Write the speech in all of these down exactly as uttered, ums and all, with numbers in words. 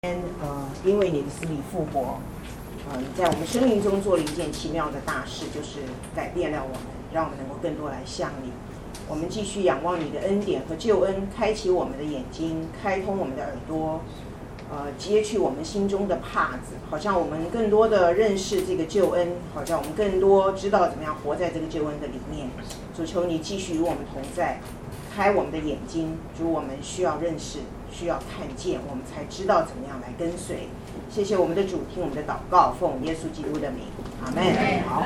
呃，因为你的死里复活，呃，你在我们生命中做了一件奇妙的大事，就是改变了我们，让我们能够更多来像你。我们继续仰望你的恩典和救恩，开启我们的眼睛，开通我们的耳朵，呃，揭去我们心中的帕子，好像我们更多的认识这个救恩，好像我们更多知道怎么样活在这个救恩的里面。主求你继续与我们同在，开我们的眼睛，主，我们需要认识，需要看见，我们才知道怎么样来跟随。谢谢我们的主，听我们的祷告，奉耶稣基督的名，阿门。好，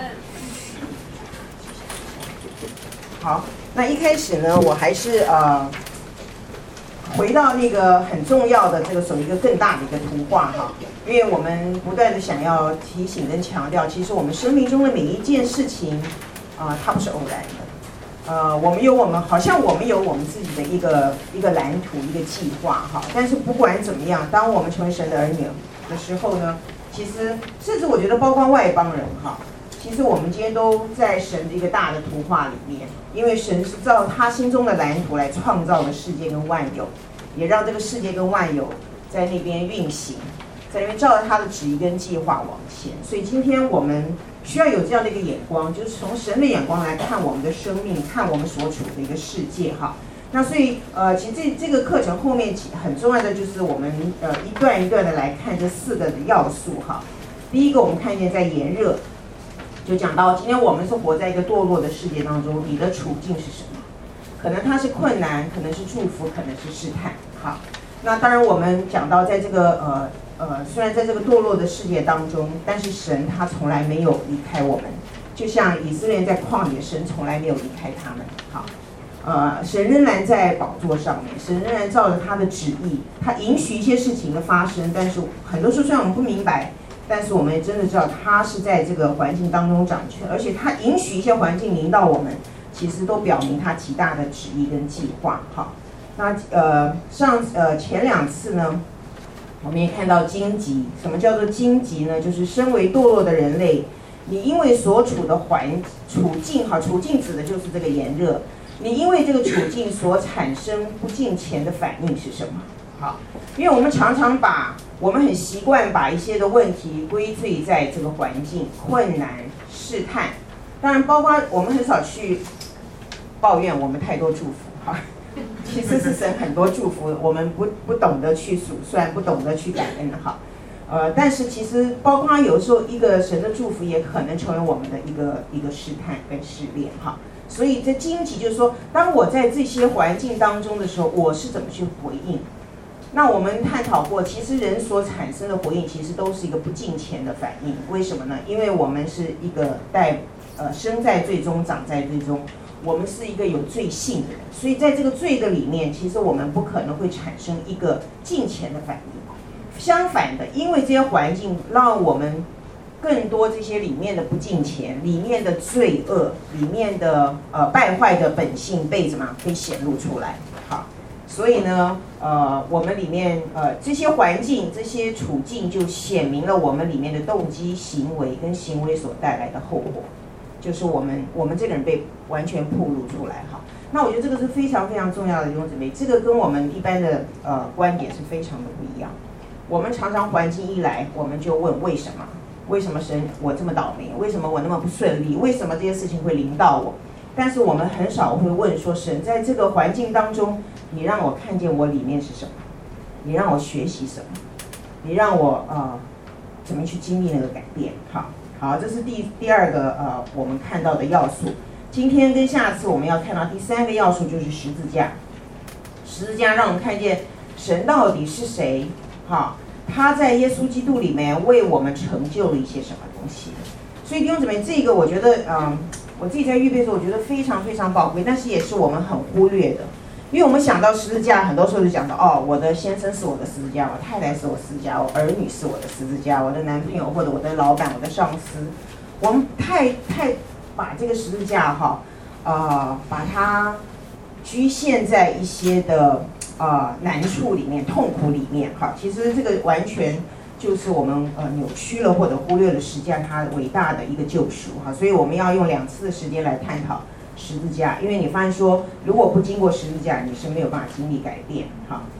好，那一开始呢，我还是呃回到那个很重要的这个属于一个更大的一个图画哈，因为我们不断的想要提醒跟强调，其实我们生命中的每一件事情啊、呃，它不是偶然的。呃，我们有我们，好像我们有我们自己的一个一个蓝图，一个计划哈。但是不管怎么样，当我们成为神的儿女的时候呢，其实甚至我觉得包括外邦人哈，其实我们今天都在神的一个大的图画里面，因为神是照他心中的蓝图来创造了世界跟万有，也让这个世界跟万有在那边运行，在那边照着他的旨意跟计划往前。所以今天我们需要有这样的一个眼光，就是从神的眼光来看我们的生命，看我们所处的一个世界哈。那所以呃，其实这这个课程后面很重要的就是我们呃一段一段的来看这四个的要素哈。第一个我们看见在炎热，就讲到今天我们是活在一个堕落的世界当中，你的处境是什么？可能它是困难，可能是祝福，可能是试探。好，那当然我们讲到在这个呃。呃，虽然在这个堕落的世界当中，但是神他从来没有离开我们，就像以色列人在旷野，神从来没有离开他们。好，呃，神仍然在宝座上面，神仍然照着他的旨意，他允许一些事情的发生，但是很多时候虽然我们不明白，但是我们也真的知道他是在这个环境当中掌权，而且他允许一些环境临到我们，其实都表明他极大的旨意跟计划。好，那呃上呃前两次呢，我们也看到荆棘。什么叫做荆棘呢？就是身为堕落的人类，你因为所处的环处境，哈，处境指的就是这个炎热。你因为这个处境所产生不敬虔的反应是什么？好，因为我们常常把我们很习惯把一些的问题归罪在这个环境、困难、试探，当然包括我们很少去抱怨我们太多祝福，哈。其实是神很多祝福，我们不不懂得去数算，不懂得去感恩哈。呃，但是其实包括有时候一个神的祝福也可能成为我们的一个一个试探跟试炼哈。所以这荆棘就是说，当我在这些环境当中的时候，我是怎么去回应？那我们探讨过，其实人所产生的回应，其实都是一个不敬虔的反应。为什么呢？因为我们是一个带呃生在罪中，长在罪中。我们是一个有罪性的人，所以在这个罪的里面，其实我们不可能会产生一个敬虔的反应。相反的，因为这些环境让我们更多这些里面的不敬虔、里面的罪恶、里面的呃败坏的本性被什么被显露出来。好，所以呢，呃，我们里面呃这些环境、这些处境就显明了我们里面的动机、行为跟行为所带来的后果。就是我们我们这个人被完全暴露出来哈，那我觉得这个是非常非常重要的弟兄姊妹，这个跟我们一般的呃观点是非常的不一样。我们常常环境一来，我们就问为什么？为什么神我这么倒霉？为什么我那么不顺利？为什么这些事情会临到我？但是我们很少会问说，神在这个环境当中，你让我看见我里面是什么？你让我学习什么？你让我呃怎么去经历那个改变？好。好，这是第第二个呃我们看到的要素。今天跟下次我们要看到第三个要素，就是十字架。十字架让我们看见神到底是谁，哈，他在耶稣基督里面为我们成就了一些什么东西。所以弟兄姊妹，这个我觉得嗯、呃，我自己在预备的时候，我觉得非常非常宝贵，但是也是我们很忽略的。因为我们想到十字架，很多时候就讲到哦，我的先生是我的十字架，我太太是我十字架，我儿女是我的十字架，我的男朋友或者我的老板、我的上司，我们太太把这个十字架哈，呃，把它局限在一些的呃难处里面、痛苦里面哈。其实这个完全就是我们呃扭曲了或者忽略了实际上它伟大的一个救赎哈。所以我们要用两次的时间来探讨十字架，因为你发现说，如果不经过十字架，你是没有办法经历改变哈。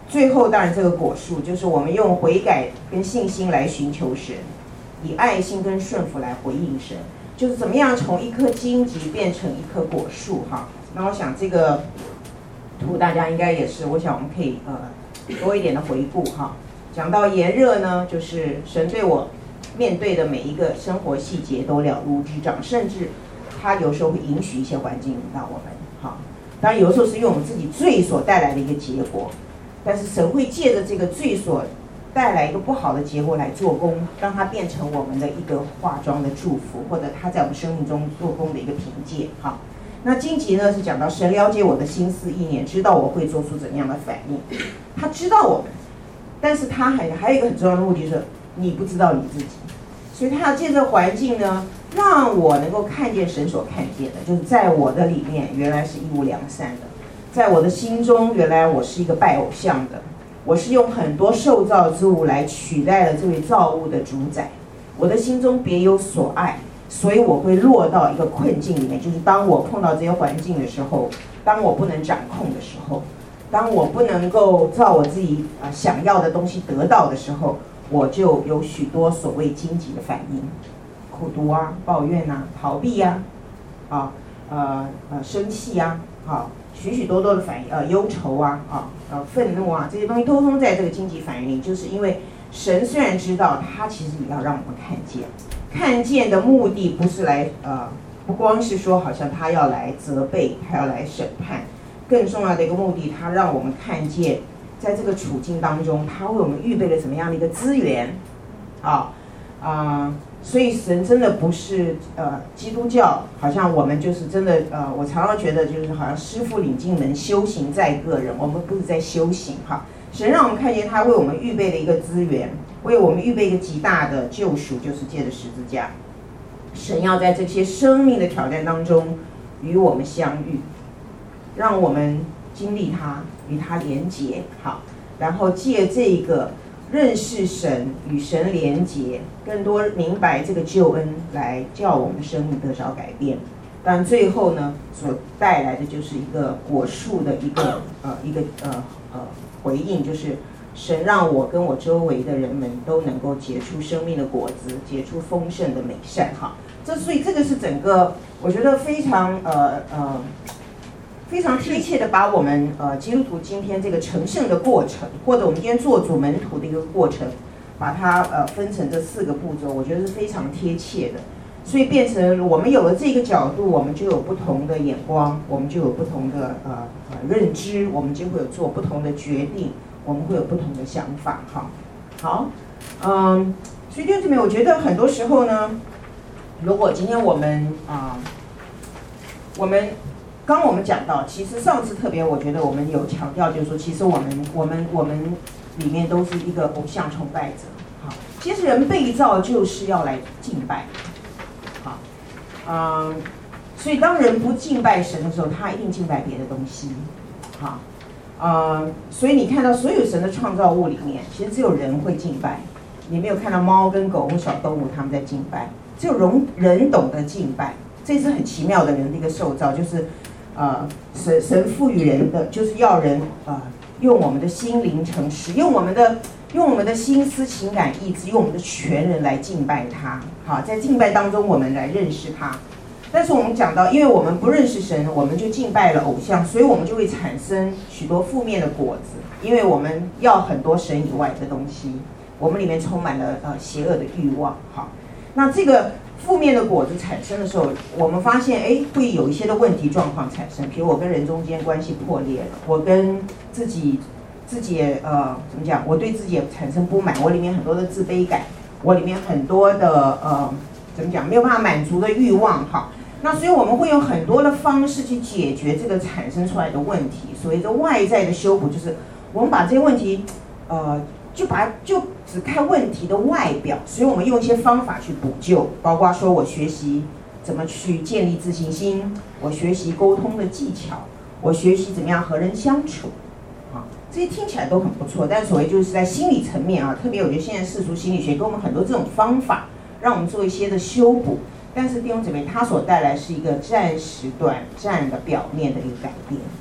最后当然这个果树就是我们用悔改跟信心来寻求神，以爱心跟顺服来回应神，就是怎么样从一颗荆棘变成一棵果树哈。那我想这个图大家应该也是，我想我们可以呃多一点的回顾哈。讲到炎热呢，就是神对我面对的每一个生活细节都了如指掌，甚至他有时候会允许一些环境引导我们哈。当然有时候是用我们自己罪所带来的一个结果，但是神会借着这个罪所带来一个不好的结果来做工，让它变成我们的一个化妆的祝福，或者它在我们生命中做工的一个凭借哈。那荆棘呢是讲到神了解我的心思意念，知道我会做出怎样的反应，他知道我们，但是他还还有一个很重要的目的是你不知道你自己，所以他要借这环境呢，让我能够看见神所看见的，就是在我的里面原来是一无良善的，在我的心中原来我是一个拜偶像的，我是用很多受造之物来取代了这位造物的主宰，我的心中别有所爱，所以我会落到一个困境里面，就是当我碰到这些环境的时候，当我不能掌控的时候，当我不能够照我自己啊想要的东西得到的时候，我就有许多所谓荆棘的反应，苦毒啊、抱怨啊、逃避啊、啊呃呃生气啊、啊许许多多的反应，呃忧愁啊、啊呃愤怒啊，这些东西通通在这个荆棘反应里，就是因为神虽然知道，他其实也要让我们看见。看见的目的不是来呃，不光是说好像他要来责备，还要来审判，更重要的一个目的，他让我们看见，在这个处境当中，他为我们预备了什么样的一个资源，啊啊、呃，所以神真的不是呃基督教，好像我们就是真的呃，我常常觉得就是好像师父领进门，修行在个人，我们不是在修行哈。神让我们看见他为我们预备了一个资源，为我们预备一个极大的救赎，就是借着十字架。神要在这些生命的挑战当中与我们相遇，让我们经历他，与他连结，好，然后借这个认识神，与神连结，更多明白这个救恩，来叫我们的生命得着改变。但最后呢，所带来的就是一个果树的一个呃一个呃呃回应，就是神让我跟我周围的人们都能够结出生命的果子，结出丰盛的美善哈。这所以这个是整个我觉得非常呃呃非常贴切的把我们呃基督徒今天这个成圣的过程，或者我们今天做主门徒的一个过程，把它呃分成这四个步骤，我觉得是非常贴切的。所以变成我们有了这个角度，我们就有不同的眼光，我们就有不同的呃呃认知，我们就会有做不同的决定，我们会有不同的想法哈。好，嗯，所以弟兄姊妹，我觉得很多时候呢，如果今天我们啊、呃，我们刚刚我们讲到，其实上次特别我觉得我们有强调，就是说，其实我们我们我们里面都是一个偶像崇拜者。好，其实人被造就是要来敬拜。嗯，所以当人不敬拜神的时候，他一定敬拜别的东西，好，嗯，所以你看到所有神的创造物里面，其实只有人会敬拜，你没有看到猫跟狗或小动物他们在敬拜，只有人人懂得敬拜，这是很奇妙的人的一个受造，就是呃神神赋予人的，就是要人呃用我们的心灵诚实，用我们的。用我们的心思、情感、意志，用我们的全人来敬拜他。好，在敬拜当中，我们来认识他。但是我们讲到，因为我们不认识神，我们就敬拜了偶像，所以我们就会产生许多负面的果子。因为我们要很多神以外的东西，我们里面充满了呃邪恶的欲望。好，那这个负面的果子产生的时候，我们发现，哎，会有一些的问题状况产生。比如我跟人中间关系破裂了，我跟自己。自己也呃怎么讲？我对自己也产生不满，我里面很多的自卑感，我里面很多的呃怎么讲没有办法满足的欲望哈。那所以我们会用很多的方式去解决这个产生出来的问题。所谓的外在的修补，就是我们把这些问题呃就把就只看问题的外表，所以我们用一些方法去补救，包括说我学习怎么去建立自信心，我学习沟通的技巧，我学习怎么样和人相处。这些听起来都很不错，但所谓就是在心理层面啊，特别我觉得现在世俗心理学给我们很多这种方法，让我们做一些的修补。但是弟兄姊妹，它所带来是一个暂时短暂的表面的一个改变，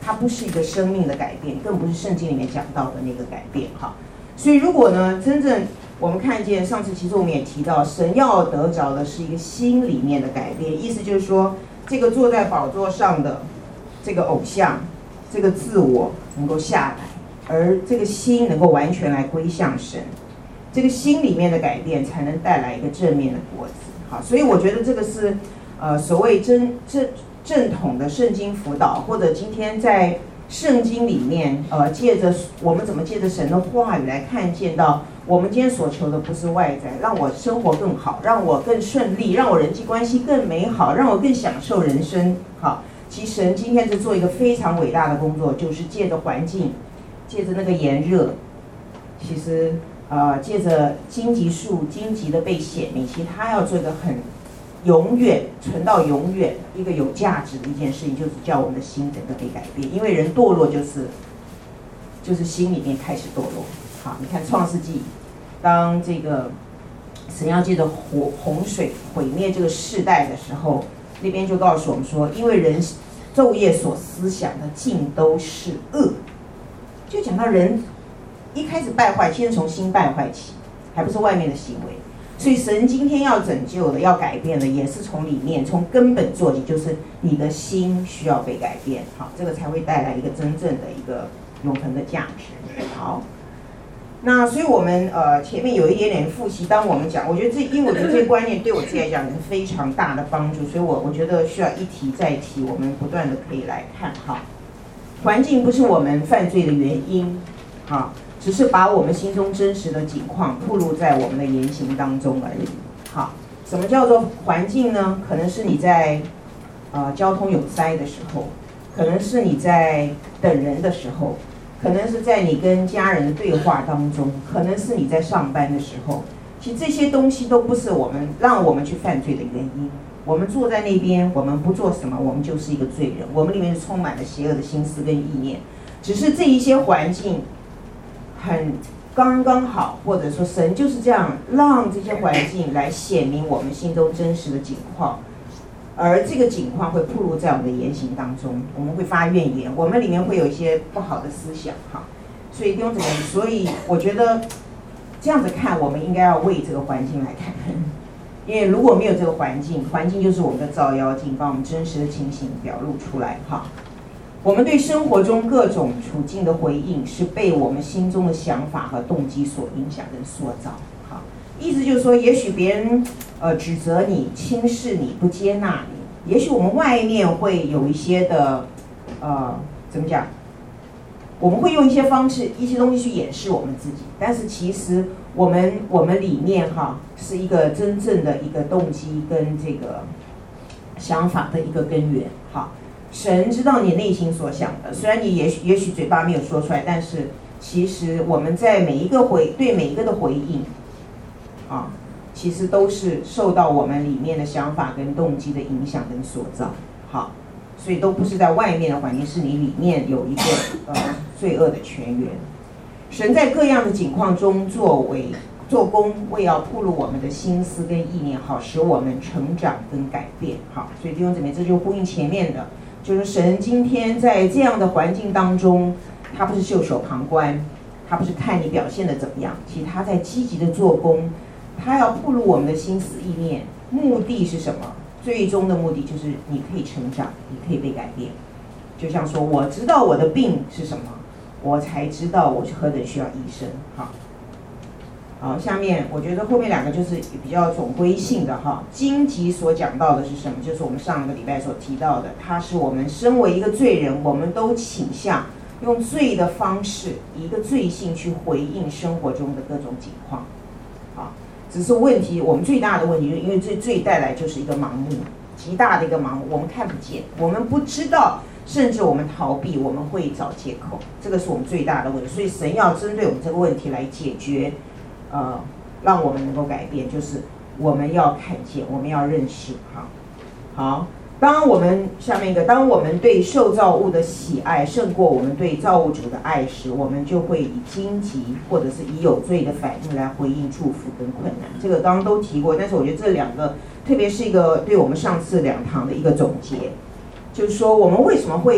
它不是一个生命的改变，更不是圣经里面讲到的那个改变哈。所以如果呢，真正我们看见上次其实我们也提到，神要得着的是一个心里面的改变，意思就是说，这个坐在宝座上的这个偶像，这个自我能够下来，而这个心能够完全来归向神，这个心里面的改变才能带来一个正面的果子。好，所以我觉得这个是呃所谓真正正统的圣经辅导，或者今天在圣经里面，呃，借着我们怎么借着神的话语来看见到，我们今天所求的不是外在，让我生活更好，让我更顺利，让我人际关系更美好，让我更享受人生。好，其实神今天在做一个非常伟大的工作，就是借着环境，借着那个炎热，其实呃，借着荆棘树荆棘的被显明，其实他要做一个很永远存到永远一个有价值的一件事情，就是叫我们的心整个被改变。因为人堕落就是就是心里面开始堕落。好，你看创世纪，当这个神要借着火洪水毁灭这个世代的时候，那边就告诉我们说，因为人昼夜所思想的尽都是恶，就讲到人一开始败坏，先从心败坏起，还不是外面的行为。所以神今天要拯救的、要改变的，也是从里面、从根本做起，就是你的心需要被改变。好，这个才会带来一个真正的一个永恒的价值。好，那所以我们呃前面有一点点复习，当我们讲，我觉得这因为我觉得这些观念对我自己来讲是非常大的帮助，所以我我觉得需要一提再提，我们不断的可以来看哈。环境不是我们犯罪的原因，啊。只是把我们心中真实的景况暴露在我们的言行当中而已。好，什么叫做环境呢？可能是你在呃交通有塞的时候，可能是你在等人的时候，可能是在你跟家人的对话当中，可能是你在上班的时候。其实这些东西都不是我们让我们去犯罪的原因。我们坐在那边，我们不做什么，我们就是一个罪人。我们里面是充满了邪恶的心思跟意念。只是这一些环境很刚刚好，或者说神就是这样让这些环境来显明我们心中真实的景况，而这个景况会暴露在我们的言行当中，我们会发怨言，我们里面会有一些不好的思想哈。所以弟兄姊妹，所以我觉得这样子看，我们应该要为这个环境来看，因为如果没有这个环境，环境就是我们的照妖镜，把我们真实的情形表露出来哈。我们对生活中各种处境的回应，是被我们心中的想法和动机所影响跟塑造。好，意思就是说，也许别人呃指责你、轻视你、不接纳你，也许我们外面会有一些的呃怎么讲？我们会用一些方式、一些东西去掩饰我们自己，但是其实我们我们里面哈是一个真正的一个动机跟这个想法的一个根源。好。神知道你内心所想的，虽然你也许也许嘴巴没有说出来，但是其实我们在每一个回对每一个的回应，啊，其实都是受到我们里面的想法跟动机的影响跟塑造。好，所以都不是在外面的环境，是你里面有一个呃罪恶的泉源。神在各样的境况中作为做工，为要暴露我们的心思跟意念，好使我们成长跟改变。好，所以弟兄姊妹，这就呼应前面的。就是神今天在这样的环境当中，他不是袖手旁观，他不是看你表现的怎么样，其实他在积极的做工，他要暴露我们的心思意念，目的是什么？最终的目的就是你可以成长，你可以被改变。就像说，我知道我的病是什么，我才知道我何等需要医生。好。好，下面我觉得后面两个就是比较总归性的哈。荆棘所讲到的是什么？就是我们上个礼拜所提到的，它是我们身为一个罪人，我们都倾向用罪的方式，以一个罪性去回应生活中的各种情况。好，只是问题，我们最大的问题，因为罪罪带来就是一个盲目，极大的一个盲目，我们看不见，我们不知道，甚至我们逃避，我们会找借口，这个是我们最大的问题。所以神要针对我们这个问题来解决。呃，让我们能够改变，就是我们要看见，我们要认识。好，好。当我们下面一个，当我们对受造物的喜爱胜过我们对造物主的爱时，我们就会以荆棘或者是以有罪的反应来回应祝福跟困难。这个刚刚都提过，但是我觉得这两个，特别是一个对我们上次两堂的一个总结，就是说我们为什么会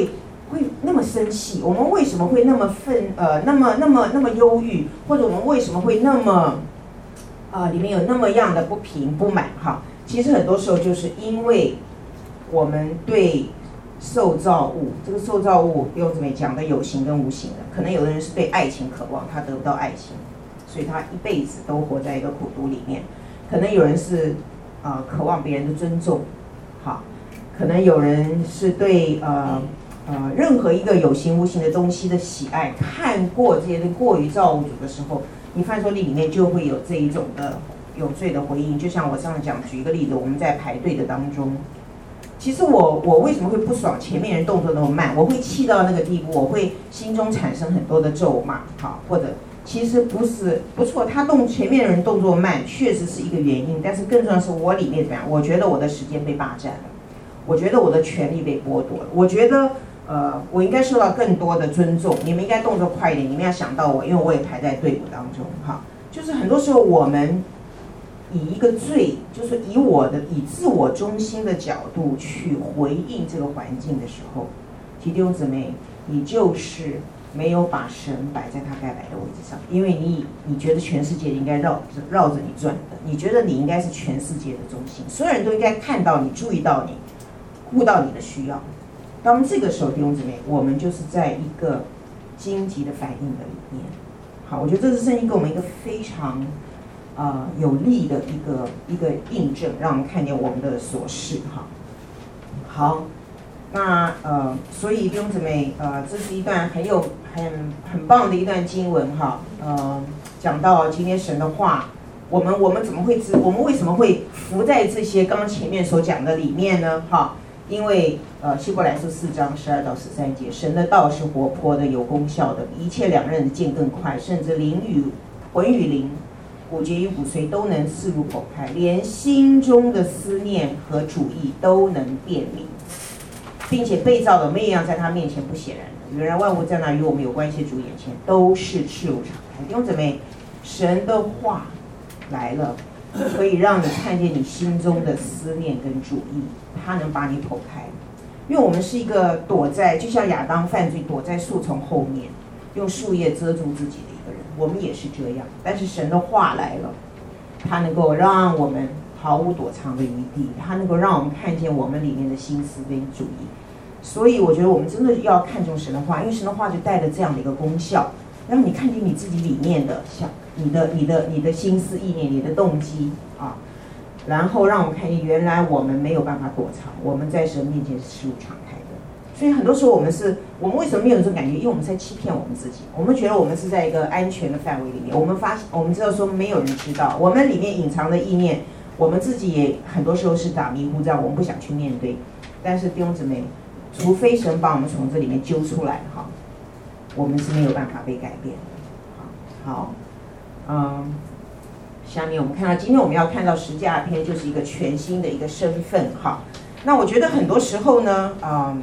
会那么生气？我们为什么会那么愤呃那么那么那么忧郁？或者我们为什么会那么呃里面有那么样的不平不满哈？其实很多时候就是因为我们对受造物，这个受造物用怎么讲的有形跟无形的，可能有的人是对爱情渴望，他得不到爱情，所以他一辈子都活在一个苦毒里面。可能有人是呃渴望别人的尊重，好，可能有人是对呃呃任何一个有形无形的东西的喜爱，看过这些过于造物主的时候，你犯错力里面就会有这一种的有罪的回应。就像我上次讲，举一个例子，我们在排队的当中，其实我我为什么会不爽？前面人动作那么慢，我会气到那个地步，我会心中产生很多的咒骂，好，或者其实不是不错，他动前面的人动作慢，确实是一个原因，但是更重要的是我里面怎么样？我觉得我的时间被霸占了，我觉得我的权利被剥夺了，我觉得呃我应该受到更多的尊重，你们应该动作快一点，你们要想到我，因为我也排在队伍当中，哈，就是很多时候我们以一个罪，就是以我的以自我中心的角度去回应这个环境的时候，弟兄姊妹，你就是没有把神摆在他该摆的位置上，因为你你觉得全世界应该绕绕着你转的，你觉得你应该是全世界的中心，所有人都应该看到你、注意到你、顾到你的需要。当这个时候，弟兄姊妹，我们就是在一个荆棘的反应的里面。好，我觉得这是圣经给我们一个非常呃有力的一个一个印证，让我们看见我们的所是哈。好。那呃，所以弟兄姊妹，呃，这是一段很有很很棒的一段经文哈，呃，讲到今天神的话，我们我们怎么会知，我们为什么会伏在这些刚刚前面所讲的里面呢？哈，因为呃，希伯来书四章十二到十三节，神的道是活泼的，有功效的，一切两刃的剑更快，甚至灵与魂与灵、骨节与骨髓都能刺入剖开，连心中的思念和主意都能辨明。并且被造的没一样在他面前不显然的，原来万物在那与我们有关系的主眼前都是赤露敞开。弟兄姊妹，神的话来了，可以让你看见你心中的思念跟主意，他能把你剖开。因为我们是一个躲在，就像亚当犯罪躲在树丛后面，用树叶遮住自己的一个人，我们也是这样。但是神的话来了，他能够让我们毫无躲藏的余地，他能够让我们看见我们里面的心思跟主意。所以我觉得我们真的要看重神的话，因为神的话就带着这样的一个功效，让你看见你自己里面的想你的你的你的心思意念、你的动机啊，然后让我们看见原来我们没有办法躲藏，我们在神面前是赤露敞开的。所以很多时候我们是，我们为什么没有这种感觉？因为我们在欺骗我们自己，我们觉得我们是在一个安全的范围里面，我们发我们知道说没有人知道，我们里面隐藏的意念，我们自己也很多时候是打迷糊仗，我们不想去面对。但是弟兄姊妹，除非神把我们从这里面揪出来哈，我们是没有办法被改变的。好，嗯，下面我们看到今天我们要看到十架篇，就是一个全新的一个身份哈。那我觉得很多时候呢，嗯，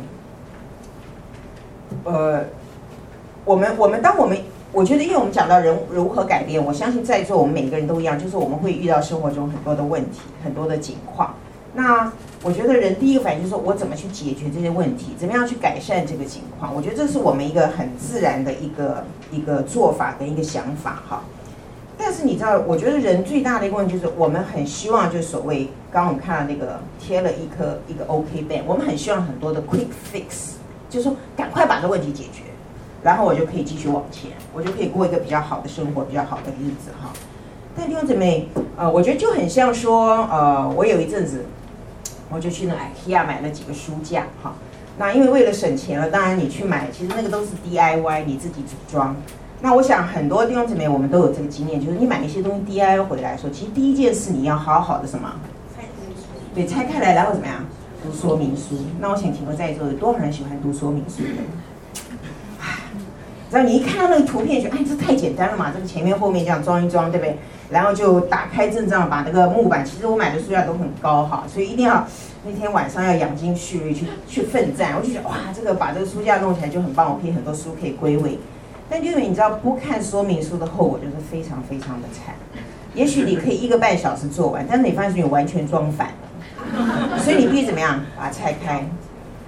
呃，我们我们当我们我觉得，因为我们讲到人如何改变，我相信在座我们每个人都一样，就是我们会遇到生活中很多的问题，很多的境况。那我觉得人第一个反应就是说我怎么去解决这些问题，怎么样去改善这个情况。我觉得这是我们一个很自然的一个一个做法跟一个想法哈。但是你知道，我觉得人最大的一个问题就是我们很希望，就是所谓刚刚我们看到那个贴了一颗一个 OK band， 我们很希望很多的 quick fix， 就是说赶快把这问题解决，然后我就可以继续往前，我就可以过一个比较好的生活，比较好的日子哈。但弟兄姊妹，呃，我觉得就很像说，呃，我有一阵子。我就去那 IKEA 买了几个书架哈，那因为为了省钱了，当然你去买，其实那个都是 D I Y， 你自己组装。那我想很多弟兄姊妹我们都有这个经验，就是你买一些东西 D I Y 回来的时候，其实第一件事你要好好的什么？对，拆开来，然后怎么样？读说明书。那我想请问在座有多少人喜欢读说明书的？然后你一看到那个图片，觉得哎，这太简单了嘛，这个前面后面这样装一装，对不对？然后就打开阵仗，把那个木板，其实我买的书架都很高哈，所以一定要那天晚上要养精蓄锐去去奋战。我就觉得哇，这个把这个书架弄起来就很棒，我可以很多书可以归位。但因为你知道，不看说明书的后果就是非常非常的惨。也许你可以一个半小时做完，但是你发现你完全装反了，所以你必须怎么样把它拆开，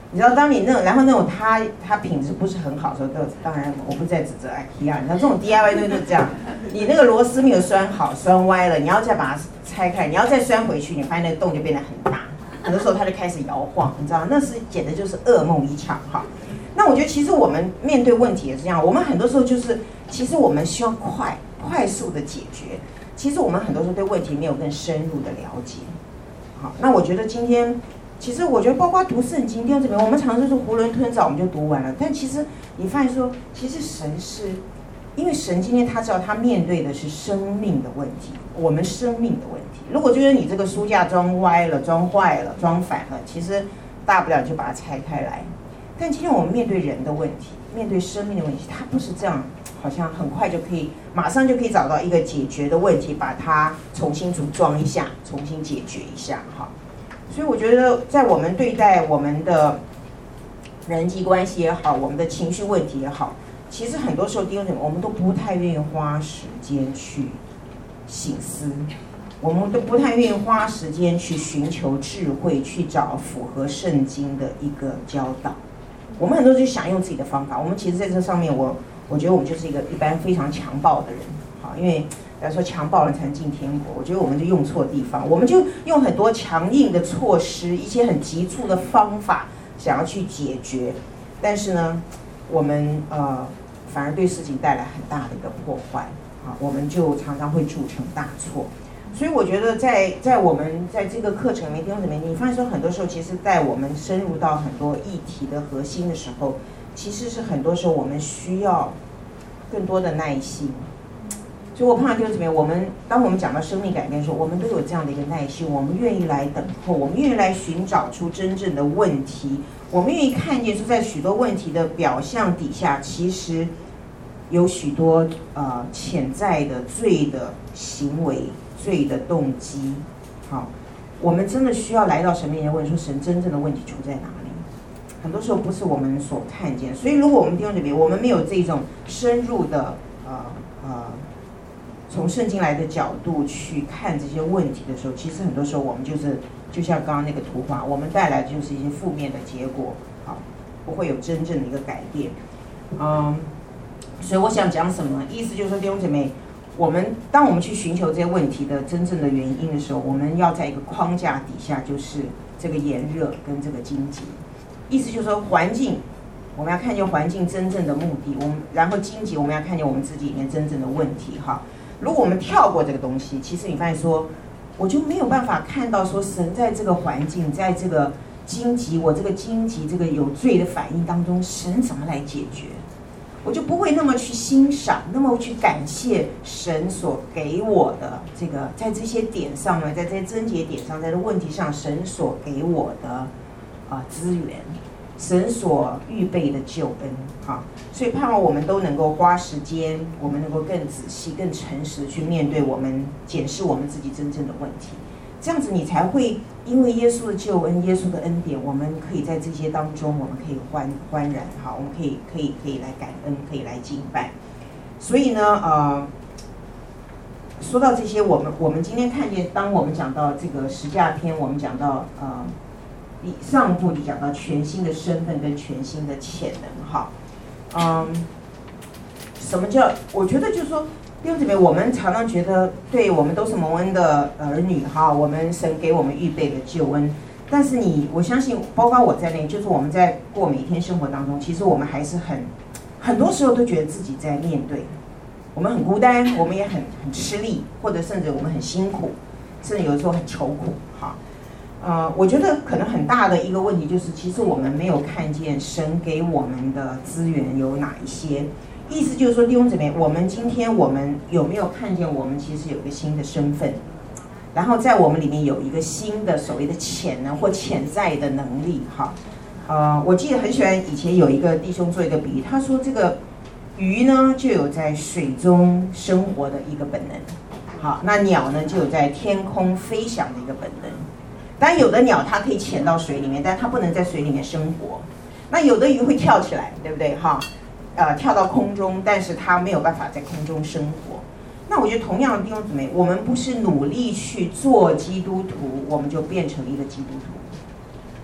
你知道，当你那种，然后那种它它品质不是很好的时候，当然我不再指责 IKEA， 你知道这种 D I Y 东西就是这样，你那个螺丝没有拴好，拴歪了，你要再把它拆开，你要再拴回去，你发现那个洞就变得很大，很多时候它就开始摇晃，你知道，那是简直就是噩梦一场哈。那我觉得其实我们面对问题也是这样，我们很多时候就是，其实我们需要快快速的解决，其实我们很多时候对问题没有更深入的了解。好，那我觉得今天。其实我觉得，包括读圣经，弟兄姊妹，我们常常就是囫囵吞枣，我们就读完了。但其实你发现说，其实神是，因为神今天他知道他面对的是生命的问题，我们生命的问题。如果觉得你这个书架装歪了、装坏了、装反了，其实大不了就把它拆开来。但今天我们面对人的问题，面对生命的问题，它不是这样，好像很快就可以，马上就可以找到一个解决的问题，把它重新组装一下，重新解决一下，哈。所以我觉得，在我们对待我们的人际关系也好，我们的情绪问题也好，其实很多时候弟兄姊妹，我们都不太愿意花时间去省思，我们都不太愿意花时间去寻求智慧，去找符合圣经的一个教导。我们很多就想用自己的方法，我们其实在这上面我，我我觉得我们就是一个一般非常强暴的人，好，因为。来说强暴人才能进天国，我觉得我们就用错地方，我们就用很多强硬的措施，一些很急促的方法想要去解决，但是呢，我们呃反而对事情带来很大的一个破坏啊，我们就常常会铸成大错。所以我觉得在在我们在这个课程里面，弟兄姊妹，你发现说很多时候，其实在我们深入到很多议题的核心的时候，其实是很多时候我们需要更多的耐心。所以我碰到弟兄姊妹，我们当我们讲到生命改变的时候，我们都有这样的一个耐心，我们愿意来等候，我们愿意来寻找出真正的问题，我们愿意看见说，在许多问题的表象底下，其实有许多呃潜在的罪的行为、罪的动机。好，我们真的需要来到神面前问说，神真正的问题出在哪里？很多时候不是我们所看见，所以如果我们弟兄姊妹，我们没有这种深入的呃呃。从圣经来的角度去看这些问题的时候，其实很多时候我们就是就像刚刚那个图画，我们带来的就是一些负面的结果，好，不会有真正的一个改变。嗯，所以我想讲什么？意思就是说，弟兄姐妹，我们当我们去寻求这些问题的真正的原因的时候，我们要在一个框架底下，就是这个炎热跟这个荆棘。意思就是说，环境我们要看见环境真正的目的，我们然后荆棘我们要看见我们自己里面真正的问题，哈。如果我们跳过这个东西，其实你发现说，我就没有办法看到说神在这个环境，在这个荆棘，我这个荆棘这个有罪的反应当中，神怎么来解决？我就不会那么去欣赏，那么去感谢神所给我的这个，在这些点上呢，在这些症结点上，在这问题上，神所给我的啊、呃、资源。神所预备的救恩，哈，所以盼望我们都能够花时间，我们能够更仔细、更诚实的去面对我们、检视我们自己真正的问题。这样子，你才会因为耶稣的救恩、耶稣的恩典，我们可以在这些当中，我们可以欢欢然，哈，我们可以可以可以来感恩，可以来敬拜。所以呢，呃，说到这些，我们我们今天看见，当我们讲到这个十架篇，我们讲到呃。上部就讲到全新的身份跟全新的潜能，哈，嗯，什么叫？我觉得就是说，弟兄姊妹，我们常常觉得，对我们都是蒙恩的儿女，哈，我们神给我们预备的救恩。但是你，我相信，包括我在内，就是我们在过每一天生活当中，其实我们还是很，很多时候都觉得自己在面对，我们很孤单，我们也很很吃力，或者甚至我们很辛苦，甚至有的时候很愁苦，哈。呃，我觉得可能很大的一个问题就是，其实我们没有看见神给我们的资源有哪一些。意思就是说，弟兄姊妹，我们今天我们有没有看见我们其实有一个新的身份，然后在我们里面有一个新的所谓的潜能或潜在的能力，哈。呃，我记得很喜欢以前有一个弟兄做一个比喻，他说这个鱼呢就有在水中生活的一个本能，好，那鸟呢就有在天空飞翔的一个本能。但有的鸟它可以潜到水里面，但它不能在水里面生活。那有的鱼会跳起来，对不对？哈，呃，跳到空中，但是它没有办法在空中生活。那我觉得同样的弟兄姊妹，我们不是努力去做基督徒，我们就变成一个基督徒。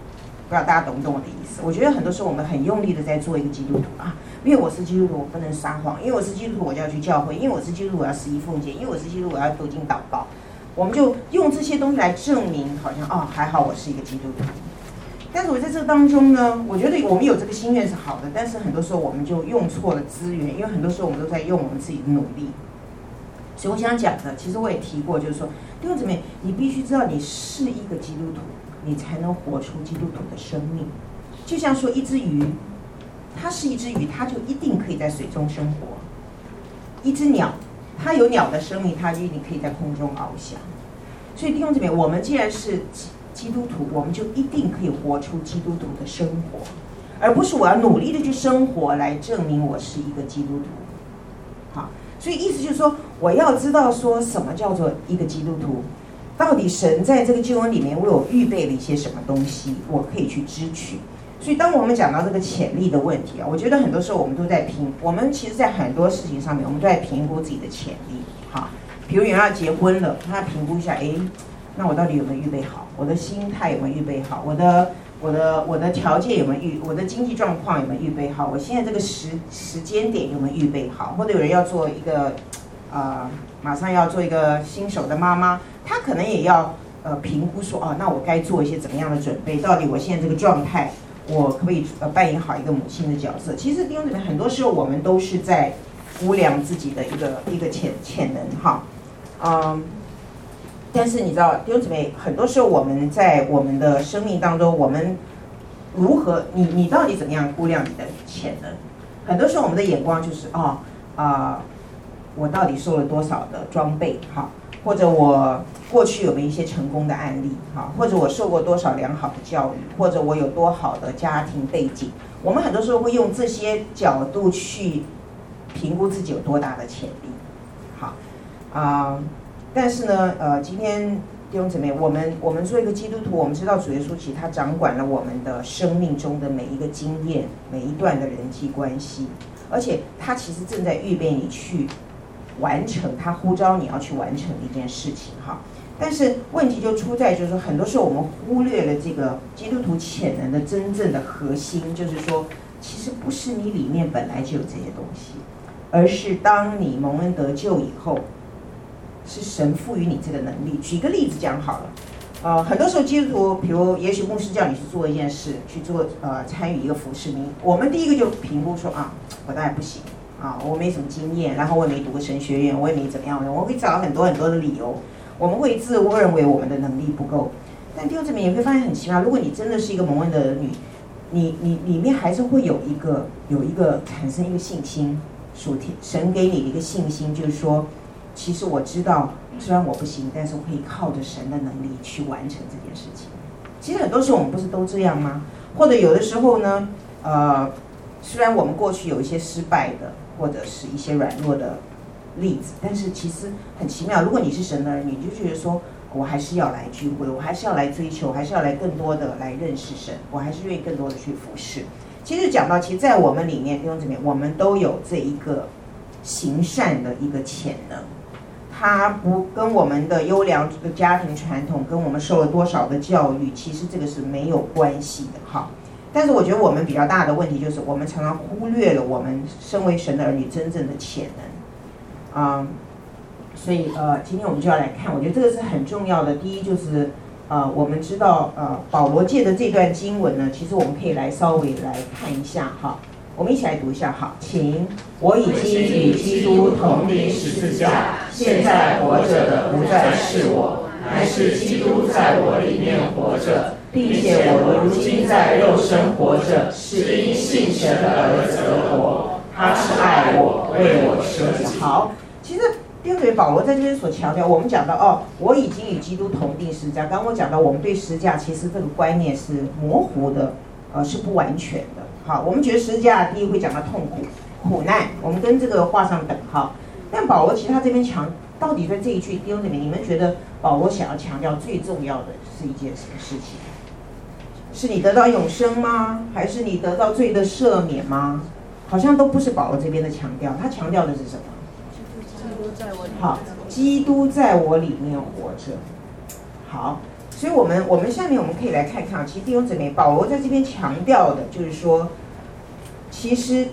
不知道大家懂不懂我的意思？我觉得很多时候我们很用力的在做一个基督徒啊，因为我是基督徒，我不能撒谎；因为我是基督徒，我就要去教会；因为我是基督徒，我要十一奉献；因为我是基督徒，我要读经祷告。我们就用这些东西来证明，好像哦还好我是一个基督徒。但是我在这当中呢，我觉得我们有这个心愿是好的，但是很多时候我们就用错了资源，因为很多时候我们都在用我们自己的努力。所以我想讲的，其实我也提过，就是说弟兄姊妹，你必须知道你是一个基督徒，你才能活出基督徒的生命。就像说一只鱼，它是一只鱼，它就一定可以在水中生活；一只鸟，它有鸟的生命，它就一定可以在空中翱翔。所以弟兄姊妹，我们既然是基督徒，我们就一定可以活出基督徒的生活，而不是我要努力的去生活来证明我是一个基督徒。好，所以意思就是说，我要知道说什么叫做一个基督徒，到底神在这个经文里面为我预备了一些什么东西，我可以去支取。所以当我们讲到这个潜力的问题啊，我觉得很多时候我们都在评，我们其实在很多事情上面，我们都在评估自己的潜力。好，比如有人要结婚了，他评估一下，哎，那我到底有没有预备好？我的心态有没有预备好？我的我的我的条件有没有预？我的经济状况有没有预备好？我现在这个时时间点有没有预备好？或者有人要做一个呃，马上要做一个新手的妈妈，她可能也要呃评估说，哦，那我该做一些怎么样的准备？到底我现在这个状态，我可不可以呃扮演好一个母亲的角色？其实弟兄姊妹，很多时候我们都是在估量自己的一个一个潜潜能哈，嗯。但是你知道，弟兄姊妹，很多时候我们在我们的生命当中，我们如何，你你到底怎么样估量你的潜能？很多时候我们的眼光就是哦啊、呃，我到底受了多少的装备哈，或者我过去有没有一些成功的案例哈，或者我受过多少良好的教育，或者我有多好的家庭背景。我们很多时候会用这些角度去评估自己有多大的潜力。好啊。呃但是呢，呃，今天弟兄姊妹，我们我们做一个基督徒，我们知道主耶稣其实他掌管了我们的生命中的每一个经验，每一段的人际关系，而且他其实正在预备你去完成他呼召你要去完成的一件事情哈。但是问题就出在，就是说很多时候我们忽略了这个基督徒潜能的真正的核心，就是说，其实不是你里面本来就有这些东西，而是当你蒙恩得救以后。是神赋予你这个能力。举个例子讲好了，呃，很多时候基督徒，比如也许牧师叫你去做一件事，去做呃参与一个服事，你我们第一个就评估说啊，我当然不行啊，我没什么经验，然后我也没读过神学院，我也没怎么样的，我会找很多很多的理由，我们会自我认为我们的能力不够。但弟兄姊妹，你会发现很奇妙，如果你真的是一个蒙恩的儿女，你你里面还是会有一个有一个产生一个信心，属天神给你的一个信心，就是说。其实我知道，虽然我不行，但是我可以靠着神的能力去完成这件事情。其实很多时候我们不是都这样吗？或者有的时候呢，呃，虽然我们过去有一些失败的，或者是一些软弱的例子，但是其实很奇妙。如果你是神的儿女，你就觉得说，我还是要来聚会，我还是要来追求，还是要来更多的来认识神，我还是愿意更多的去服侍。其实讲到，其实，在我们里面，弟兄姊妹，我们都有这一个行善的一个潜能。它不跟我们的优良的家庭传统，跟我们受了多少的教育，其实这个是没有关系的哈。但是我觉得我们比较大的问题就是，我们常常忽略了我们身为神的儿女真正的潜能，啊、嗯，所以呃，今天我们就要来看，我觉得这个是很重要的。第一就是呃，我们知道呃，保罗借的这段经文呢，其实我们可以来稍微来看一下哈。我们一起来读一下，好，请。我已经与基督同钉十字架，现在活着的不再是我，乃是基督在我里面活着，并且我如今在肉身活着，是因信神的儿子而活。他是爱我，为我舍己。好，其实弟兄姊妹，保罗在这边所强调，我们讲到哦，我已经与基督同钉十字架。刚刚我讲到，我们对十字架其实这个观念是模糊的，呃，是不完全的。好，我们觉得十字架第一会讲到痛苦、苦难，我们跟这个画上等号。但保罗其实他这边强，到底在这一句弟兄姊妹，你们觉得保罗想要强调最重要的是一件什么事情？是你得到永生吗？还是你得到罪的赦免吗？好像都不是保罗这边的强调，他强调的是什么？好，基督在我里面活着。好， 所以我们我们下面我们可以来看看，其实弟兄姊妹，保罗在这边强调的就是说，其实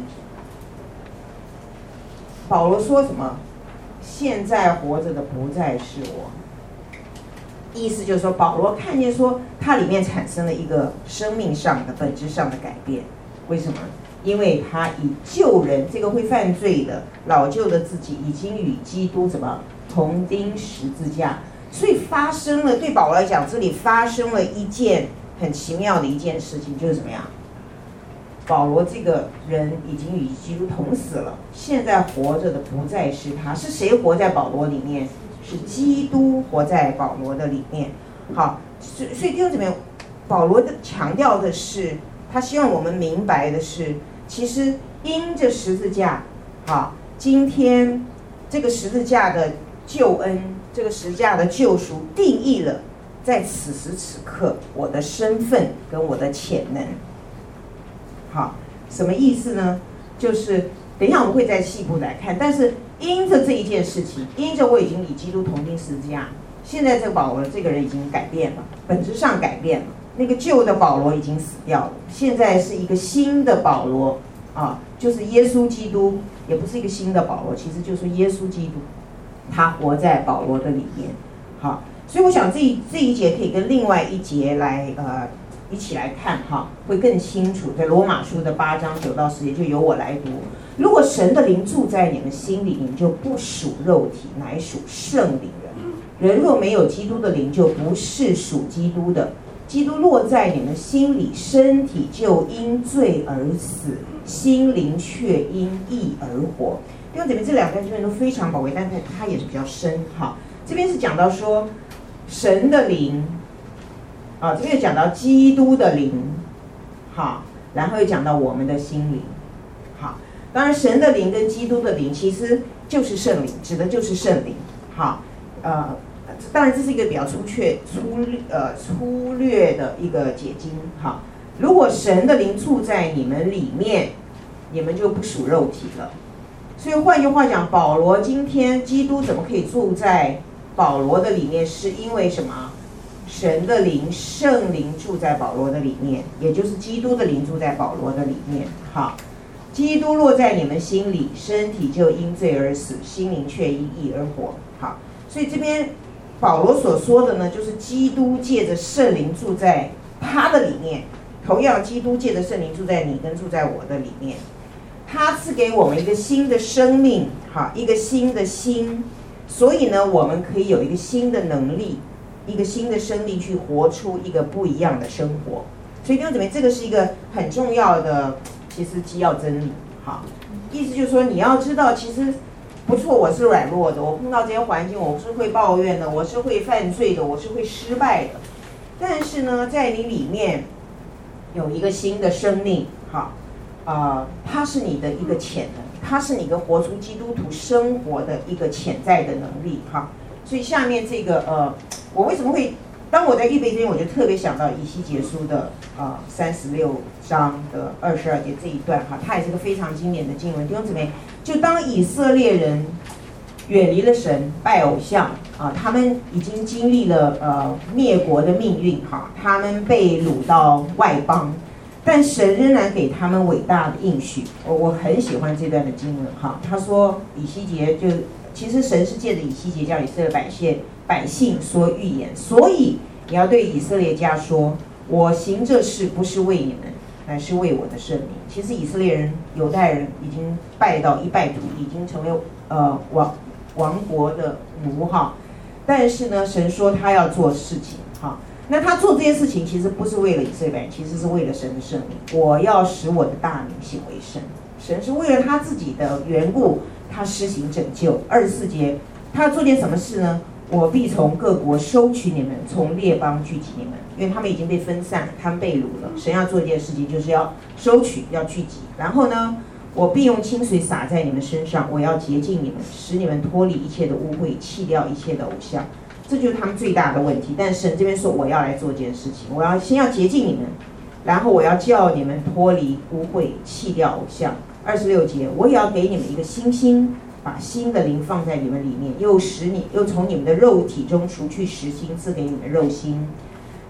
保罗说什么？现在活着的不再是我。意思就是说，保罗看见说，它里面产生了一个生命上的本质上的改变。为什么？因为他以旧人这个会犯罪的老旧的自己，已经与基督怎么同钉十字架。所以发生了，对保罗来讲，这里发生了一件很奇妙的一件事情，就是怎么样？保罗这个人已经与基督同死了，现在活着的不再是他，是谁活在保罗里面？是基督活在保罗的里面。好，所以所以弟兄姊妹，保罗的强调的是，他希望我们明白的是，其实因着十字架，好，今天这个十字架的救恩，这个十字架的救赎，定义了在此时此刻我的身份跟我的潜能。好，什么意思呢？就是等一下我们会再细部来看，但是因着这一件事情，因着我已经与基督同钉十字架，现在这个保罗这个人已经改变了，本质上改变了。那个旧的保罗已经死掉了，现在是一个新的保罗啊，就是耶稣基督，也不是一个新的保罗，其实就是耶稣基督，他活在保罗的里面。好，所以我想这一这一节可以跟另外一节来呃一起来看哈，会更清楚。在罗马书的八章九到十节，就由我来读。如果神的灵住在你们心里，你们就不属肉体，乃属圣灵人。人若没有基督的灵，就不是属基督的。基督落在你们心里，身体就因罪而死，心灵却因义而活。弟兄姊妹，这两段经文都非常宝贵，但是它也是比较深哈。这边是讲到说神的灵，啊，这边讲到基督的灵，好，然后又讲到我们的心灵，好。当然，神的灵跟基督的灵其实就是圣灵，指的就是圣灵，好，呃。当然，这是一个比较粗略、粗略呃粗略的一个解经哈。如果神的灵住在你们里面，你们就不属肉体了。所以换句话讲，保罗今天基督怎么可以住在保罗的里面？是因为什么？神的灵、圣灵住在保罗的里面，也就是基督的灵住在保罗的里面。好，基督落在你们心里，身体就因罪而死，心灵却因义而活。好，所以这边。保罗所说的呢，就是基督借着圣灵住在他的里面，同样基督借着圣灵住在你跟住在我的里面，他赐给我们一个新的生命，哈，一个新的心，所以呢，我们可以有一个新的能力，一个新的生命去活出一个不一样的生活。所以弟兄姊妹，这个是一个很重要的，其实基要真理，哈，意思就是说你要知道，其实。不错，我是软弱的，我碰到这些环境，我是会抱怨的，我是会犯罪的，我是会失败的。但是呢，在你里面有一个新的生命，哈，呃，它是你的一个潜能，它是你一个活出基督徒生活的一个潜在的能力，哈。所以下面这个呃，我为什么会当我在预备之前，我就特别想到以西结书的呃三十六章的二十二节这一段，哈，它也是个非常经典的经文。弟兄姊妹。就当以色列人远离了神，拜偶像啊，他们已经经历了呃灭国的命运哈，他们被掳到外邦，但神仍然给他们伟大的应许。我我很喜欢这段的经文哈，他说以西结就其实神是借着以西结叫以色列百姓百姓说预言，所以你要对以色列家说，我行这事不是为你们。乃是为我的圣名。其实以色列人、犹太人已经拜到一败涂地，已经成为呃亡亡国的奴哈。但是呢，神说他要做事情哈。那他做这件事情，其实不是为了以色列人，其实是为了神的圣名。我要使我的大名显为圣。神是为了他自己的缘故，他施行拯救。二十四节，他做件什么事呢？我必从各国收取你们，从列邦聚集你们，因为他们已经被分散，他们被掳了。神要做一件事情，就是要收取，要聚集。然后呢，我必用清水洒在你们身上，我要洁净你们，使你们脱离一切的污秽，弃掉一切的偶像。这就是他们最大的问题。但神这边说，我要来做一件事情，我要先要洁净你们，然后我要叫你们脱离污秽，弃掉偶像。二十六节，我也要给你们一个新心。把新的灵放在你们里面，又使你又从你们的肉体中除去实心，赐给你们肉心。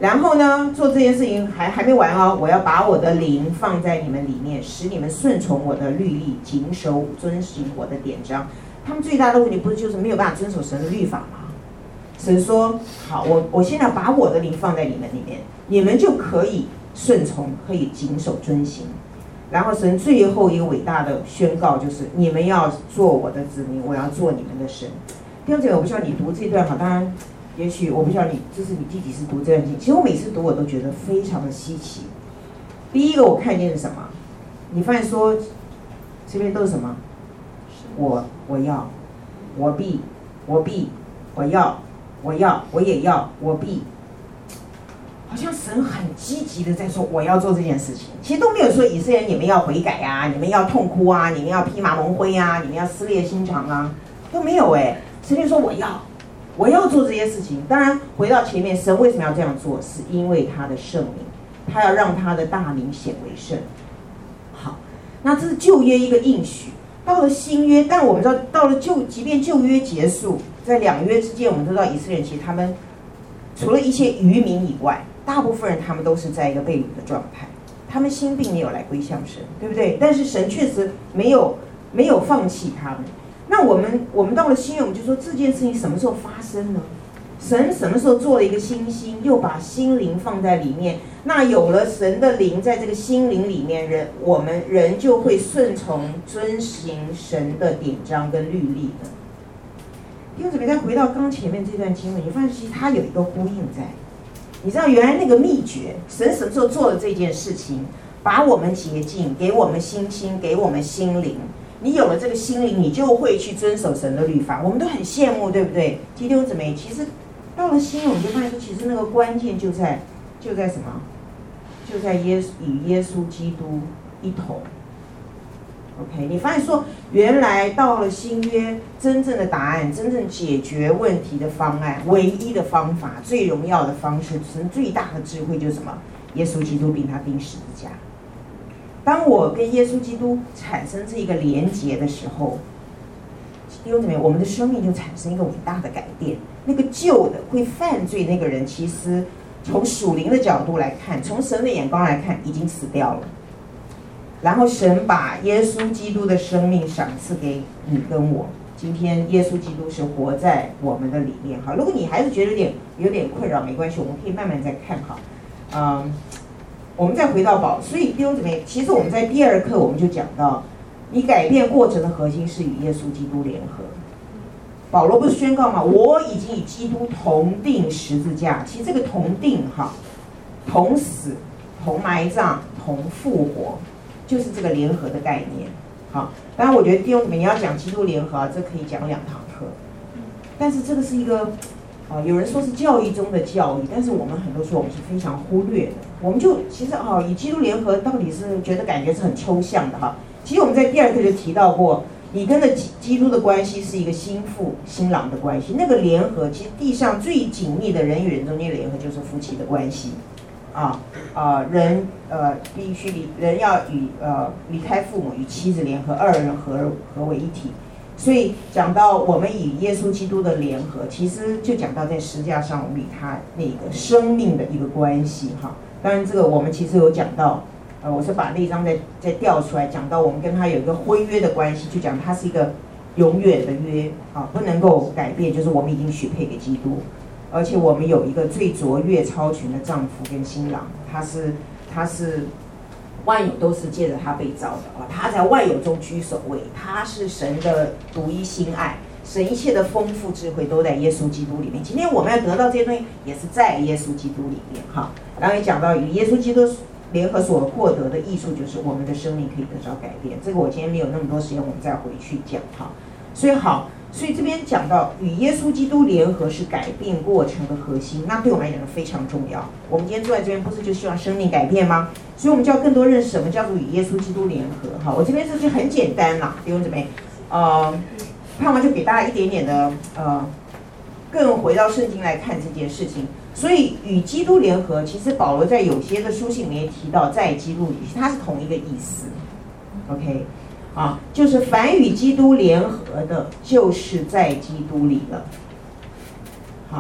然后呢，做这件事情还还没完哦，我要把我的灵放在你们里面，使你们顺从我的律例，谨守遵行我的典章。他们最大的问题不是就是没有办法遵守神的律法吗？神说好，我我现在把我的灵放在你们里面，你们就可以顺从，可以谨守遵行。然后神最后一个伟大的宣告就是：你们要做我的子民，我要做你们的神。弟兄姐妹，我不知道你读这段好，当然，也许我不知道你这是你第几次读这段经，其实我每次读我都觉得非常的稀奇。第一个我看见是什么？你发现说这边都是什么？我我要，我必，我必，我要，我要，我也要，我必。好像神很积极的在说我要做这件事情，其实都没有说以色列人你们要悔改啊，你们要痛哭啊，你们要披麻蒙灰啊，你们要撕裂心肠啊，都没有哎。神就说我要，我要做这些事情。当然回到前面，神为什么要这样做？是因为他的圣名，他要让他的大名显为圣。好，那这是旧约一个应许。到了新约，但我们知道到了旧，即便旧约结束，在两约之间，我们都知道以色列人其实他们除了一些渔民以外，大部分人他们都是在一个被掳的状态，他们心并没有来归向神，对不对？但是神确实没有没有放弃他们。那我们我们到了新约，我们就说这件事情什么时候发生呢？神什么时候做了一个新心，又把心灵放在里面？那有了神的灵在这个心灵里面，人我们人就会顺从遵行神的典章跟律例的。弟兄姊妹，再回到刚前面这段经文，你发现其实它有一个呼应在。你知道原来那个秘诀，神什么时候做了这件事情，把我们洁净，给我们心心，给我们心灵。你有了这个心灵，你就会去遵守神的律法。我们都很羡慕，对不对？弟兄姊妹，其实到了新约，我们就发现说，其实那个关键就在就在什么？就在耶稣与耶稣基督一同。OK， 你发现说，原来到了新约，真正的答案，真正解决问题的方案，唯一的方法，最荣耀的方式，神最大的智慧就是什么？耶稣基督并他钉十字架。当我跟耶稣基督产生这个连结的时候，弟兄姊妹，我们的生命就产生一个伟大的改变。那个旧的会犯罪那个人，其实从属灵的角度来看，从神的眼光来看，已经死掉了。然后神把耶稣基督的生命赏赐给你跟我。今天耶稣基督是活在我们的里面。好，如果你还是觉得有点有点困扰，没关系，我们可以慢慢再看。好，嗯，我们再回到保，所以弟兄姊妹，其实我们在第二课我们就讲到，你改变过程的核心是与耶稣基督联合。保罗不是宣告吗？我已经与基督同定十字架。其实这个同定哈，同死、同埋葬、同复活，就是这个联合的概念。好，当然我觉得弟兄姊妹你要讲基督联合啊，这可以讲两堂课。但是这个是一个啊，有人说是教义中的教义，但是我们很多时候我们是非常忽略的。我们就其实啊，与基督联合到底是觉得感觉是很抽象的哈。其实我们在第二课就提到过，你跟着基督的关系是一个新妇新郎的关系。那个联合，其实地上最紧密的人与人中间联合就是夫妻的关系。啊啊、呃，人呃必须离人要与呃离开父母与妻子联合，二人合合为一体。所以讲到我们与耶稣基督的联合，其实就讲到在十字架上我们与他那个生命的一个关系哈。当然这个我们其实有讲到，呃，我是把那一章再再调出来，讲到我们跟他有一个婚约的关系，就讲他是一个永远的约啊，不能够改变，就是我们已经许配给基督。而且我们有一个最卓越超群的丈夫跟新郎，他是他是万有都是借着他被造的啊，他在万有中居首位，他是神的独一心爱，神一切的丰富智慧都在耶稣基督里面。今天我们要得到这些东西，也是在耶稣基督里面哈。然后也讲到与耶稣基督联合所获得的益处，就是我们的生命可以得到改变。这个我今天没有那么多时间，我们再回去讲哈。所以好。所以这边讲到与耶稣基督联合是改变过程的核心，那对我们来讲非常重要。我们今天坐在这边不是就希望生命改变吗？所以我们就要更多认识什么叫做与耶稣基督联合。好，我这边这就很简单啦，弟兄姊妹，呃，盼望就给大家一点点的呃，更回到圣经来看这件事情。所以与基督联合，其实保罗在有些的书信里面提到，在基督里，它是同一个意思。OK。啊，就是凡与基督联合的，就是在基督里了。好，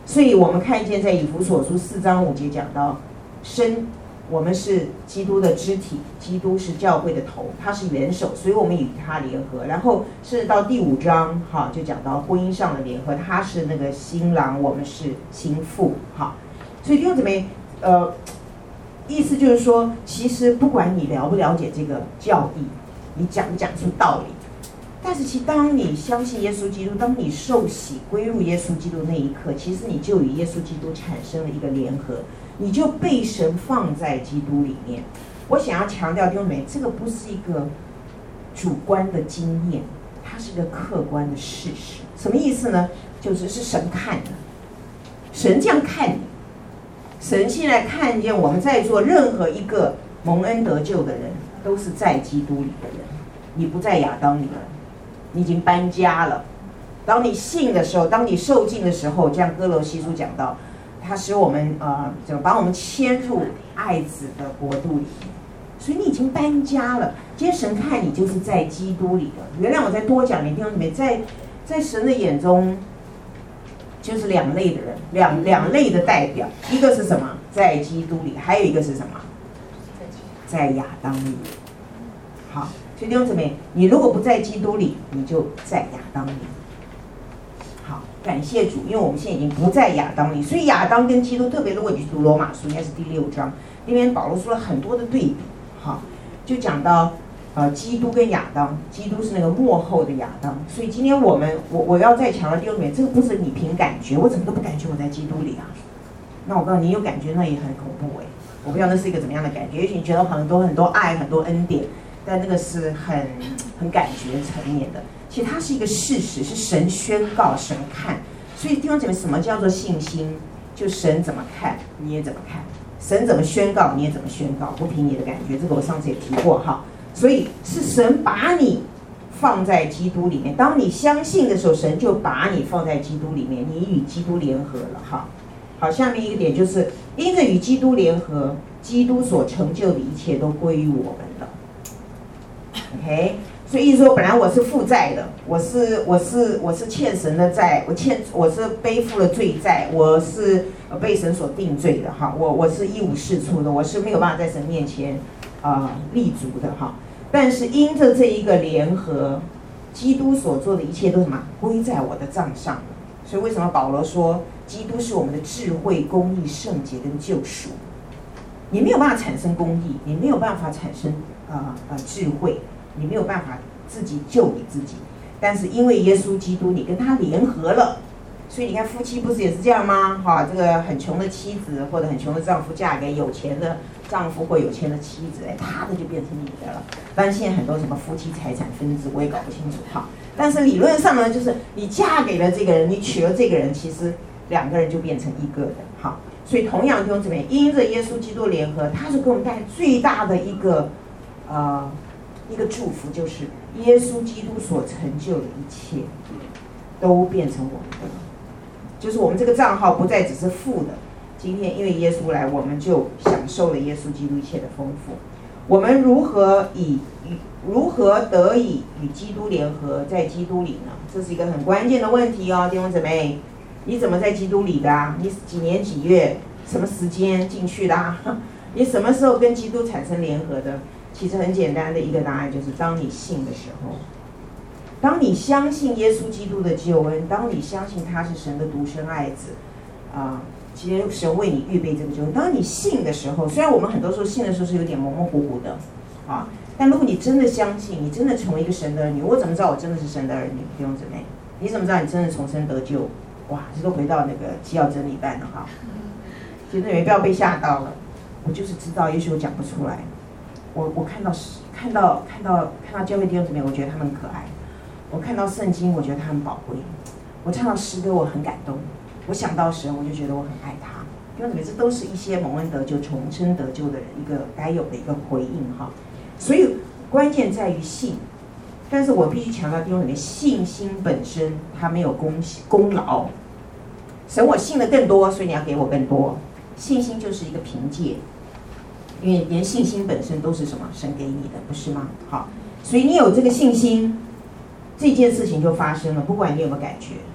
所以我们看见在以弗所书四章五节讲到，身我们是基督的肢体，基督是教会的头，他是元首，所以我们与他联合。然后是到第五章，哈，就讲到婚姻上的联合，他是那个新郎，我们是新妇，哈。所以弟兄姊妹，呃，意思就是说，其实不管你了不了解这个教义，你讲不讲出道理，但是其实当你相信耶稣基督，当你受洗归入耶稣基督那一刻，其实你就与耶稣基督产生了一个联合。你就被神放在基督里面。我想要强调弟兄姊妹，这个不是一个主观的经验，它是一个客观的事实。什么意思呢？就是是神看的，神这样看你。神现在看见我们在座任何一个蒙恩得救的人，都是在基督里的人。你不在亚当里了，你已经搬家了。当你信的时候，当你受浸的时候，这样哥罗西书讲到。它使我们呃，怎么把我们迁入爱子的国度里面？所以你已经搬家了。今天神看你就是在基督里的。原谅我再多讲点弟兄姊妹，在在神的眼中，就是两类的人，两两类的代表。一个是什么？在基督里，还有一个是什么？在亚当里。好，所以弟兄姊妹，你如果不在基督里，你就在亚当里。好，感谢主，因为我们现在已经不在亚当里，所以亚当跟基督，特别如果你去读罗马书，应该是第六章，里面保罗说了很多的对比，好，就讲到呃基督跟亚当，基督是那个末后的亚当，所以今天我们我我要再强调弟兄姊妹，这个不是你凭感觉，我怎么都不感觉我在基督里啊？那我告诉你，你有感觉那也很恐怖哎、欸，我不知道那是一个怎么样的感觉，也许你觉得很多很多爱，很多恩典，但那个是很很感觉层面的。其实它是一个事实，是神宣告，神看。所以弟兄姐妹，什么叫做信心？就神怎么看，你也怎么看；神怎么宣告，你也怎么宣告，不凭你的感觉。这个我上次也提过哈。所以是神把你放在基督里面，当你相信的时候，神就把你放在基督里面，你与基督联合了哈。好，下面一个点就是，因着与基督联合，基督所成就的一切都归于我们了。OK。所以意思说，本来我是负债的，我是我是我是欠神的债，我欠我是背负了罪债，我是被神所定罪的哈，我我是一无是处的，我是没有办法在神面前啊、呃、立足的哈。但是因着这一个联合，基督所做的一切都什么归在我的账上。所以为什么保罗说，基督是我们的智慧、公义、圣洁跟救赎？你没有办法产生公义，你没有办法产生啊啊、呃呃、智慧。你没有办法自己救你自己，但是因为耶稣基督，你跟他联合了，所以你看夫妻不是也是这样吗？哈，这个很穷的妻子或者很穷的丈夫嫁给有钱的丈夫或有钱的妻子，哎，他的就变成你的了。当然现在很多什么夫妻财产分支我也搞不清楚哈，但是理论上呢，就是你嫁给了这个人，你娶了这个人，其实两个人就变成一个的哈。所以同样弟兄姊妹，因着耶稣基督联合，他是给我们带来最大的一个呃。一个祝福，就是耶稣基督所成就的一切都变成我们的了，就是我们这个账号不再只是负的，今天因为耶稣来，我们就享受了耶稣基督一切的丰富。我们如何以如何得以与基督联合，在基督里呢？这是一个很关键的问题哦，弟兄姊妹，你怎么在基督里的啊？你几年几月什么时间进去的啊？你什么时候跟基督产生联合的？其实很简单的一个答案就是，当你信的时候，当你相信耶稣基督的救恩，当你相信他是神的独生爱子，啊、呃，其实神为你预备这个救恩。当你信的时候，虽然我们很多时候信的时候是有点模模糊糊的，啊，但如果你真的相信，你真的成为一个神的儿女，我怎么知道我真的是神的儿女？弟兄姊妹，你怎么知道你真的重生得救？哇，这都回到那个基要真理班了哈。其实你们不要被吓到了，我就是知道，也许我讲不出来。我我看到看到看到看到教会弟兄姊妹，我觉得他们很可爱；我看到圣经，我觉得他很宝贵；我唱到诗歌，我很感动；我想到神，我就觉得我很爱他。弟兄姊妹，这都是一些蒙恩得救、重生得救的人一个该有的一个回应哈。所以关键在于信，但是我必须强调弟兄姊妹，信心本身它没有功功劳。神我信的更多，所以你要给我更多。信心就是一个凭借。因为连信心本身都是什么？神给你的，不是吗？好，所以你有这个信心，这件事情就发生了。不管你有没有感觉，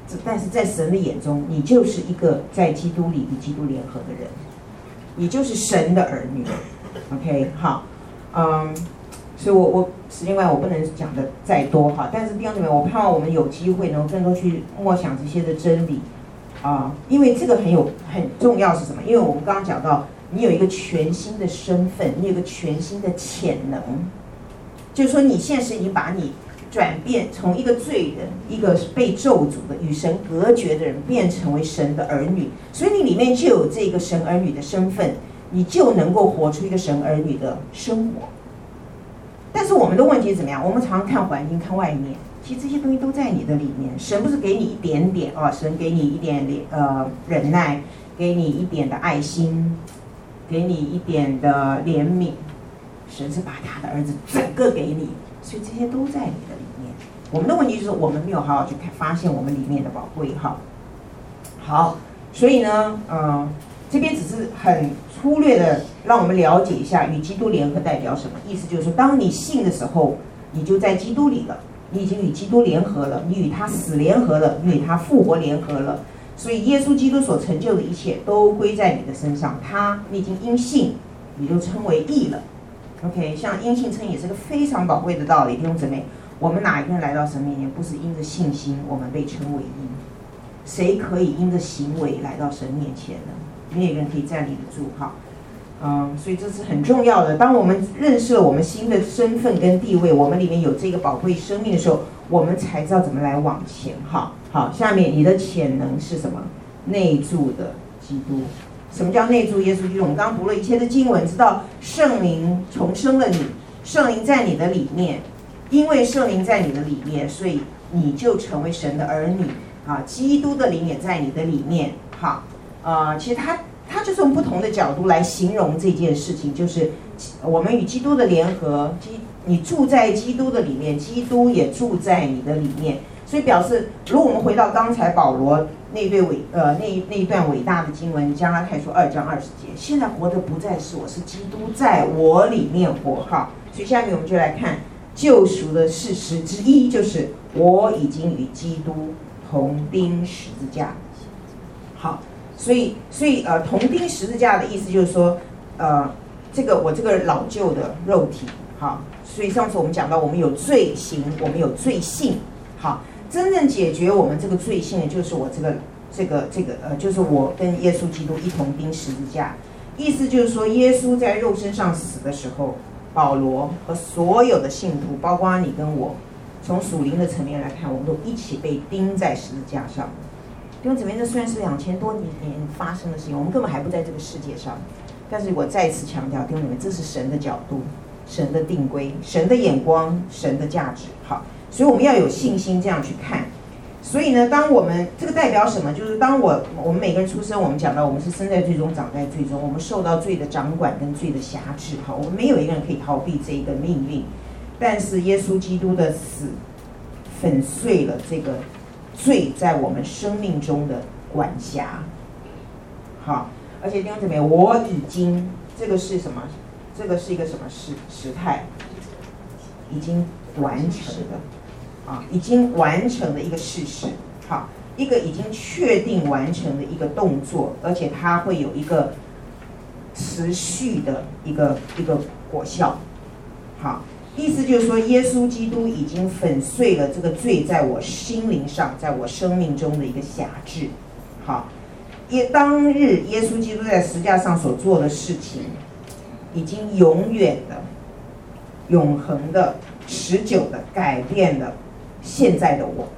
但是在神的眼中，你就是一个在基督里与基督联合的人，你就是神的儿女。OK， 好，嗯，所以我我时间关系我不能讲的再多哈，但是弟兄姊妹，我盼望我们有机会能够更多去默想这些的真理啊、呃，因为这个很有很重要是什么？因为我们刚刚讲到，你有一个全新的身份，你有一个全新的潜能，就是说你现实已经把你转变从一个罪人，一个被咒诅的与神隔绝的人，变成为神的儿女，所以你里面就有这个神儿女的身份，你就能够活出一个神儿女的生活。但是我们的问题是怎么样？我们常常看环境，看外面，其实这些东西都在你的里面。神不是给你一点点啊，神给你一点呃忍耐，给你一点的爱心，给你一点的怜悯。神是把他的儿子整个给你，所以这些都在你的里面。我们的问题就是我们没有好好去看发现我们里面的宝贵哈。好，所以呢，呃，这边只是很粗略的让我们了解一下与基督联合代表什么。意思就是说，当你信的时候，你就在基督里了，你已经与基督联合了，你与他死联合了，你与他复活联合了。所以耶稣基督所成就的一切都归在你的身上，他你已经因信，你就称为义了。OK， 像因信称义也是个非常宝贵的道理，弟兄姊妹，我们哪一天来到神面前，不是因着信心我们被称为义？谁可以因着行为来到神面前呢？没有人可以站立得住哈。嗯，所以这是很重要的。当我们认识了我们新的身份跟地位，我们里面有这个宝贵生命的时候，我们才知道怎么来往前哈。好，下面你的潜能是什么？内住的基督。什么叫内住耶稣基督？我们刚刚读了一切的经文，知道圣灵重生了你，圣灵在你的里面，因为圣灵在你的里面，所以你就成为神的儿女啊。基督的灵也在你的里面，好，呃，其实他他就是用不同的角度来形容这件事情，就是我们与基督的联合，基你住在基督的里面，基督也住在你的里面，所以表示，如果我们回到刚才保罗那对伟呃那那一段伟大的经文，加拉太书二章二十节，现在活的不再是我，是基督在我里面活哈。所以下面我们就来看救赎的事实之一，就是我已经与基督同钉十字架。好，所以所以呃同钉十字架的意思就是说，呃这个我这个老旧的肉体，好，所以上次我们讲到我们有罪行，我们有罪性，好。真正解决我们这个罪性的，就是我这个这个这个呃，就是我跟耶稣基督一同钉十字架。意思就是说，耶稣在肉身上死的时候，保罗和所有的信徒，包括你跟我，从属灵的层面来看，我们都一起被钉在十字架上。弟兄姊妹，这虽然是两千多年发生的事情，我们根本还不在这个世界上。但是我再次强调，弟兄姊妹，这是神的角度、神的定规、神的眼光、神的价值。好。所以我们要有信心这样去看。所以呢，当我们这个代表什么？就是当我我们每个人出生，我们讲到我们是生在罪中，长在罪中，我们受到罪的掌管跟罪的辖制。好，我们没有一个人可以逃避这一个命运。但是耶稣基督的死粉碎了这个罪在我们生命中的管辖。好，而且弟兄姊妹，我已经这个是什么？这个是一个什么时时态？已经完成的。啊，已经完成的一个事实，好，一个已经确定完成的一个动作，而且它会有一个持续的一个一个果效，好，意思就是说，耶稣基督已经粉碎了这个罪在我心灵上，在我生命中的一个辖制，好，耶当日耶稣基督在十字架上所做的事情，已经永远的、永恒的、持久的改变了现在的我，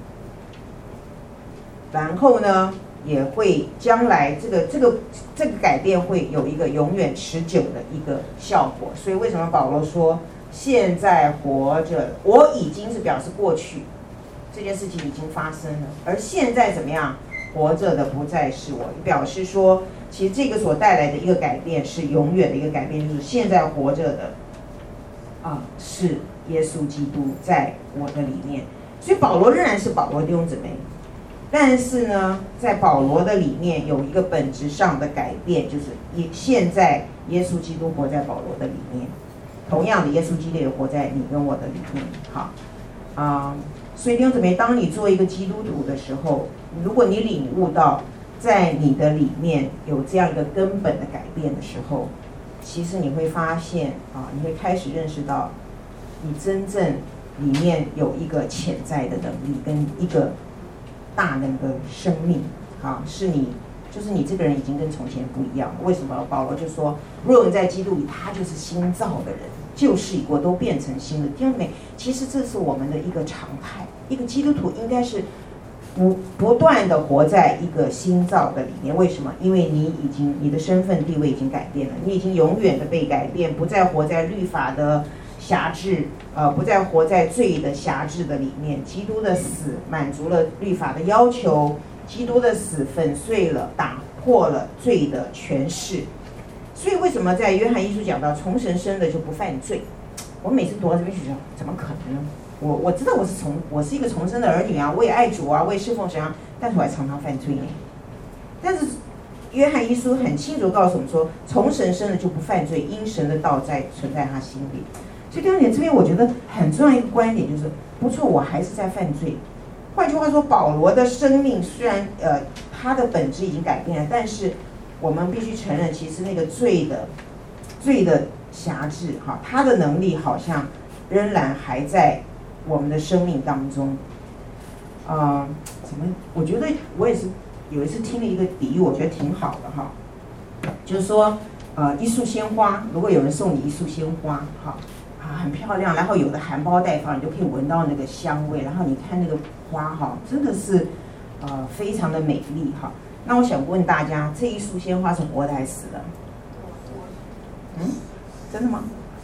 然后呢，也会将来这个这个这个改变会有一个永远持久的一个效果。所以为什么保罗说现在活着，我已经是表示过去，这件事情已经发生了，而现在怎么样活着的不再是我，表示说其实这个所带来的一个改变是永远的一个改变，就是现在活着的啊是耶稣基督在我的里面。所以保罗仍然是保罗，弟兄姊妹，但是呢，在保罗的里面有一个本质上的改变，就是也现在耶稣基督活在保罗的里面，同样的耶稣基督也活在你跟我的里面。好，啊、嗯， 所以弟兄姊妹，当你做一个基督徒的时候，如果你领悟到在你的里面有这样一个根本的改变的时候，其实你会发现啊，你会开始认识到你真正里面有一个潜在的能力跟一个大能的生命啊，是你就是你这个人已经跟从前不一样了。为什么？保罗就说，若有人在基督里，他就是新造的人，旧事已过，都变成新的。弟兄姊妹，其实这是我们的一个常态。一个基督徒应该是不不断的活在一个新造的里面。为什么？因为你已经你的身份地位已经改变了，你已经永远的被改变，不再活在律法的辖制，呃，不再活在罪的辖制的里面。基督的死满足了律法的要求，基督的死粉碎了、打破了罪的权势。所以为什么在约翰一书讲到从神生的就不犯罪？我每次读到这边就觉得怎么可能呢？我我知道我是从我是一个重生的儿女啊，我也爱主啊，我也侍奉神啊，但是我还常常犯罪呢。但是约翰一书很清楚告诉我们说，从神生的就不犯罪，因神的道在存在他心里。所以第二点，这边我觉得很重要一个观点就是，不错，我还是在犯罪。换句话说，保罗的生命虽然呃他的本质已经改变了，但是我们必须承认，其实那个罪的罪的辖制哈，他的能力好像仍然还在我们的生命当中。啊、呃，怎么？我觉得我也是有一次听了一个比喻，我觉得挺好的哈，就是说呃一束鲜花，如果有人送你一束鲜花哈。啊，很漂亮，然后有的含苞待放，你就可以闻到那个香味，然后你看那个花哈，真的是呃非常的美丽哈。那我想问大家，这一束鲜花是活的还是死的？嗯，真的吗？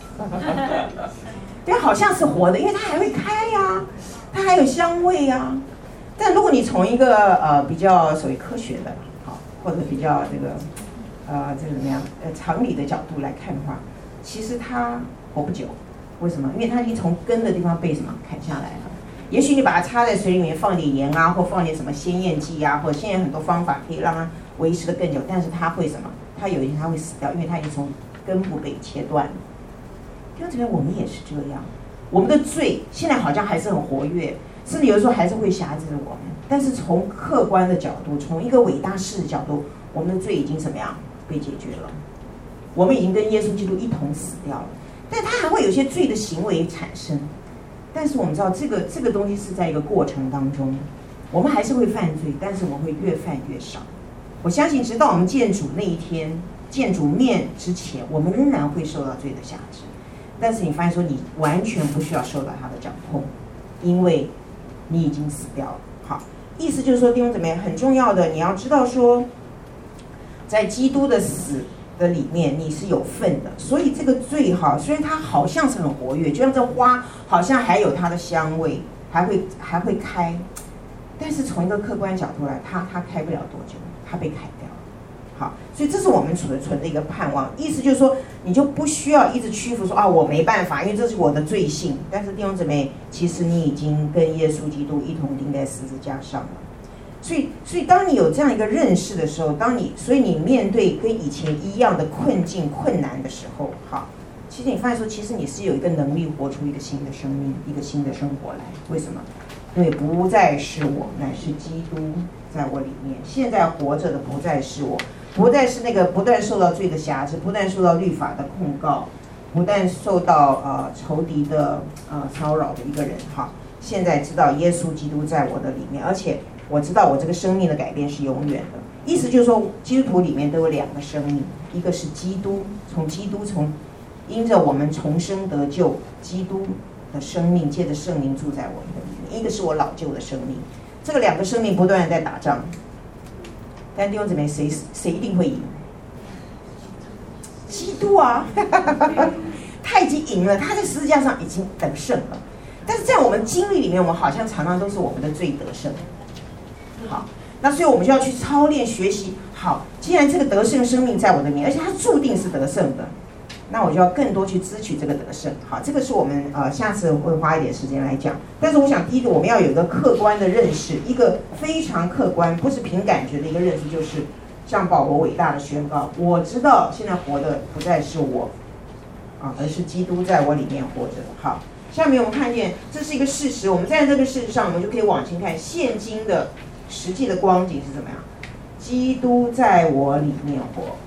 对，好像是活的，因为它还会开呀、啊，它还有香味呀、啊。但如果你从一个呃比较所谓科学的好，或者比较这个呃这个怎么样呃常理的角度来看的话，其实它活不久。为什么？因为它已经从根的地方被什么砍下来了。也许你把它插在水里面，放点盐啊，或放点什么鲜艳剂啊，或者现在很多方法可以让它维持的更久，但是它会什么？它有一天它会死掉，因为它已经从根部被切断了。弟兄姊妹，我们也是这样，我们的罪现在好像还是很活跃，甚至有的时候还是会辖制我们。但是从客观的角度，从一个伟大事的角度，我们的罪已经怎么样被解决了？我们已经跟耶稣基督一同死掉了。但它还会有些罪的行为产生，但是我们知道这个这个东西是在一个过程当中，我们还是会犯罪，但是我们会越犯越少。我相信直到我们见主那一天，见主面之前，我们仍然会受到罪的辖制。但是你发现说，你完全不需要受到他的掌控，因为你已经死掉了。好，意思就是说，弟兄姊妹，很重要的，你要知道说，在基督的死的里面你是有份的，所以这个罪哈，虽然它好像是很活跃，就像这花好像还有它的香味，还会还会开，但是从一个客观角度来，它它开不了多久，它被砍掉了。好，所以这是我们存存的一个盼望，意思就是说，你就不需要一直屈服说啊，我没办法，因为这是我的罪性。但是弟兄姊妹，其实你已经跟耶稣基督一同钉在十字架上了。所以，所以当你有这样一个认识的时候，当你，所以你面对跟以前一样的困境、困难的时候，好，其实你发现说，其实你是有一个能力活出一个新的生命，一个新的生活来。为什么？因为不再是我，乃是基督在我里面。现在活着的不再是我，不再是那个不断受到罪的辖制，不断受到律法的控告，不但受到呃仇敌的呃骚扰的一个人。好，现在知道耶稣基督在我的里面，而且我知道我这个生命的改变是永远的。意思就是说，基督徒里面都有两个生命，一个是基督，从基督从因着我们重生得救，基督的生命借着圣灵住在我们的里面；一个是我老旧的生命。这个两个生命不断的在打仗，但弟兄姊妹，谁谁一定会赢？基督啊，他已经赢了，他在十字架上已经得胜了。但是在我们经历里面，我们好像常常都是我们的罪得胜。好，那所以我们就要去操练学习。好，既然这个得胜生命在我的里面，而且它注定是得胜的，那我就要更多去支取这个得胜。好，这个是我们呃下次会花一点时间来讲。但是我想，第一个我们要有一个客观的认识，一个非常客观，不是凭感觉的一个认识，就是像保罗伟大的宣告：我知道现在活的不再是我，啊，而是基督在我里面活着。好， 下面我们看见这是一个事实，我们在这个事实上，我们就可以往前看现今的实际的光景是怎么样？基督在我里面活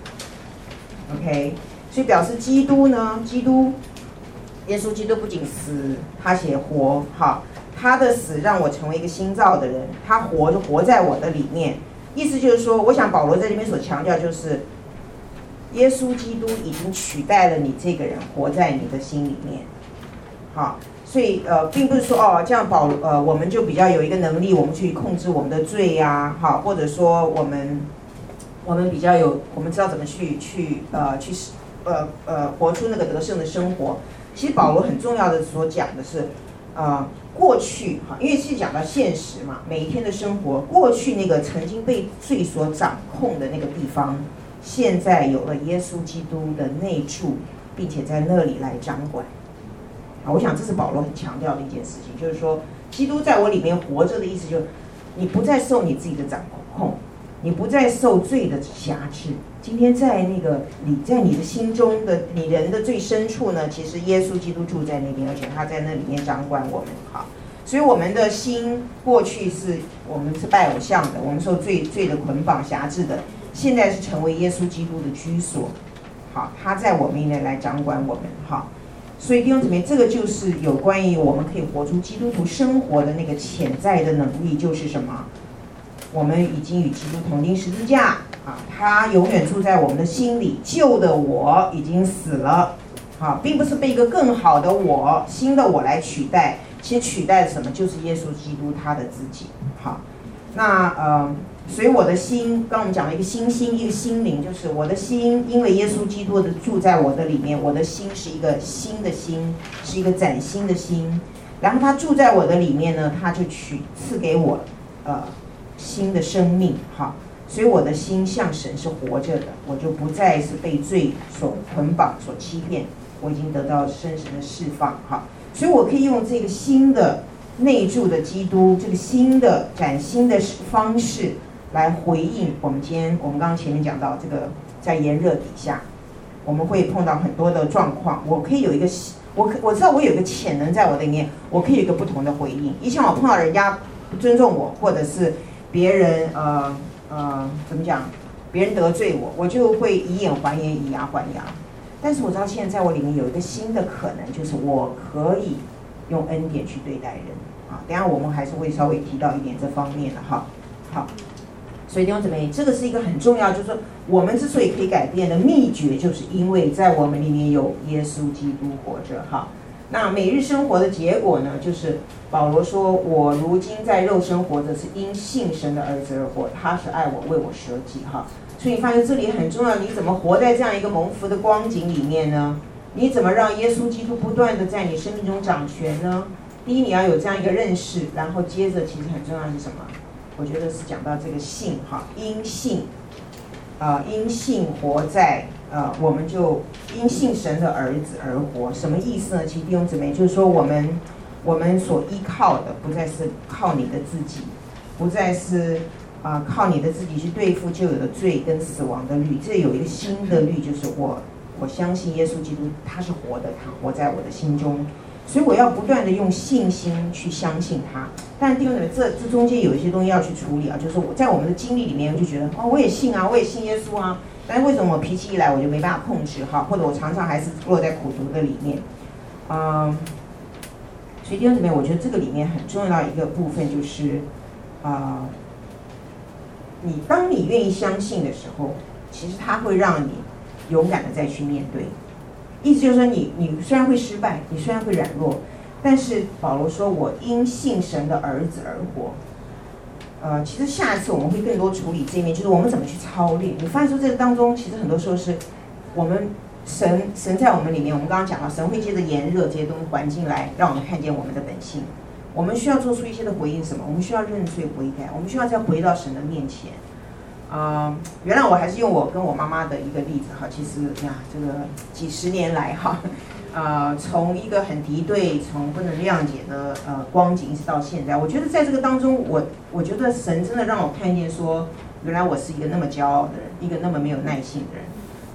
，OK， 所以表示基督呢，基督，耶稣基督不仅死，他也活，好，他的死让我成为一个新造的人，他活就活在我的里面。意思就是说，我想保罗在这边所强调就是，耶稣基督已经取代了你这个人，活在你的心里面。好，所以呃，并不是说哦，这样保呃，我们就比较有一个能力，我们去控制我们的罪呀、啊，好，或者说我们我们比较有，我们知道怎么去去呃去呃呃活出那个得胜的生活。其实保罗很重要的所讲的是，呃，过去哈，因为是讲到现实嘛，每一天的生活，过去那个曾经被罪所掌控的那个地方，现在有了耶稣基督的内住，并且在那里来掌管。我想这是保罗很强调的一件事情，就是说，基督在我里面活着的意思，就是你不再受你自己的掌控，你不再受罪的辖制。今天在那个你在你的心中的你人的最深处呢，其实耶稣基督住在那边，而且他在那里面掌管我们。好，所以我们的心过去是我们是拜偶像的，我们受罪罪的捆绑辖制的，现在是成为耶稣基督的居所。好，他在我们里面来掌管我们。好。所以弟兄姊妹，这个就是有关于我们可以活出基督徒生活的那个潜在的能力，就是什么？我们已经与基督同钉十字架啊，他永远住在我们的心里。旧的我已经死了，啊，并不是被一个更好的我、新的我来取代。其实取代了什么？就是耶稣基督他的自己。好，那呃。所以我的心，刚我们讲了一个心心，一个心灵，就是我的心，因为耶稣基督的住在我的里面，我的心是一个新的心，是一个崭新的心。然后他住在我的里面呢，他就取赐给我呃新的生命，哈。所以我的心向神是活着的，我就不再是被罪所捆绑、所欺骗，我已经得到深深的释放，哈。所以我可以用这个新的内住的基督，这个新的崭新的方式。来回应我们今天，我们刚刚前面讲到这个，在炎热底下，我们会碰到很多的状况。我可以有一个，我可我知道我有一个潜能在我的里面，我可以有一个不同的回应。以前我碰到人家不尊重我，或者是别人呃呃怎么讲，别人得罪我，我就会以眼还眼，以牙还牙。但是我知道现在在我里面有一个新的可能，就是我可以用恩典去对待人啊。等一下我们还是会稍微提到一点这方面的哈。好。所以弟兄姊妹，这个是一个很重要，就是说我们之所以可以改变的秘诀，就是因为在我们里面有耶稣基督活着哈。那每日生活的结果呢，就是保罗说：“我如今在肉身活着，是因信神的儿子而活，他是爱我，为我舍己。”哈，所以你发现这里很重要，你怎么活在这样一个蒙福的光景里面呢？你怎么让耶稣基督不断的在你生命中掌权呢？第一，你要有这样一个认识，然后接着，其实很重要的是什么？我觉得是讲到这个信哈，因信，呃，因信活在呃，我们就因信神的儿子而活。什么意思呢？其实弟兄姊妹，就是说我们我们所依靠的不再是靠你的自己，不再是啊、呃、靠你的自己去对付旧有的罪跟死亡的律。这有一个新的律，就是我我相信耶稣基督他是活的，他活在我的心中。所以我要不断的用信心去相信他，但弟兄姊妹，这这中间有一些东西要去处理啊，就是我在我们的经历里面，我就觉得哦，我也信啊，我也信耶稣啊，但是为什么我脾气一来我就没办法控制哈，或者我常常还是落在苦毒的里面，嗯，所以弟兄姊妹，我觉得这个里面很重要的一个部分就是啊、呃，你当你愿意相信的时候，其实它会让你勇敢的再去面对。意思就是说你，你你虽然会失败，你虽然会软弱，但是保罗说：“我因信神的儿子而活。”呃，其实下一次我们会更多处理这一面，就是我们怎么去操练。你发现说这个当中，其实很多时候是我们神神在我们里面，我们刚刚讲到，神会借着炎热这些东西环境来让我们看见我们的本性。我们需要做出一些的回应，什么？我们需要认罪悔改，我们需要再回到神的面前。啊、呃，原来我还是用我跟我妈妈的一个例子哈，其实呀，这个几十年来哈，呃，从一个很敌对、从不能谅解的呃光景一直到现在，我觉得在这个当中，我我觉得神真的让我看见说，原来我是一个那么骄傲的人，一个那么没有耐性的人。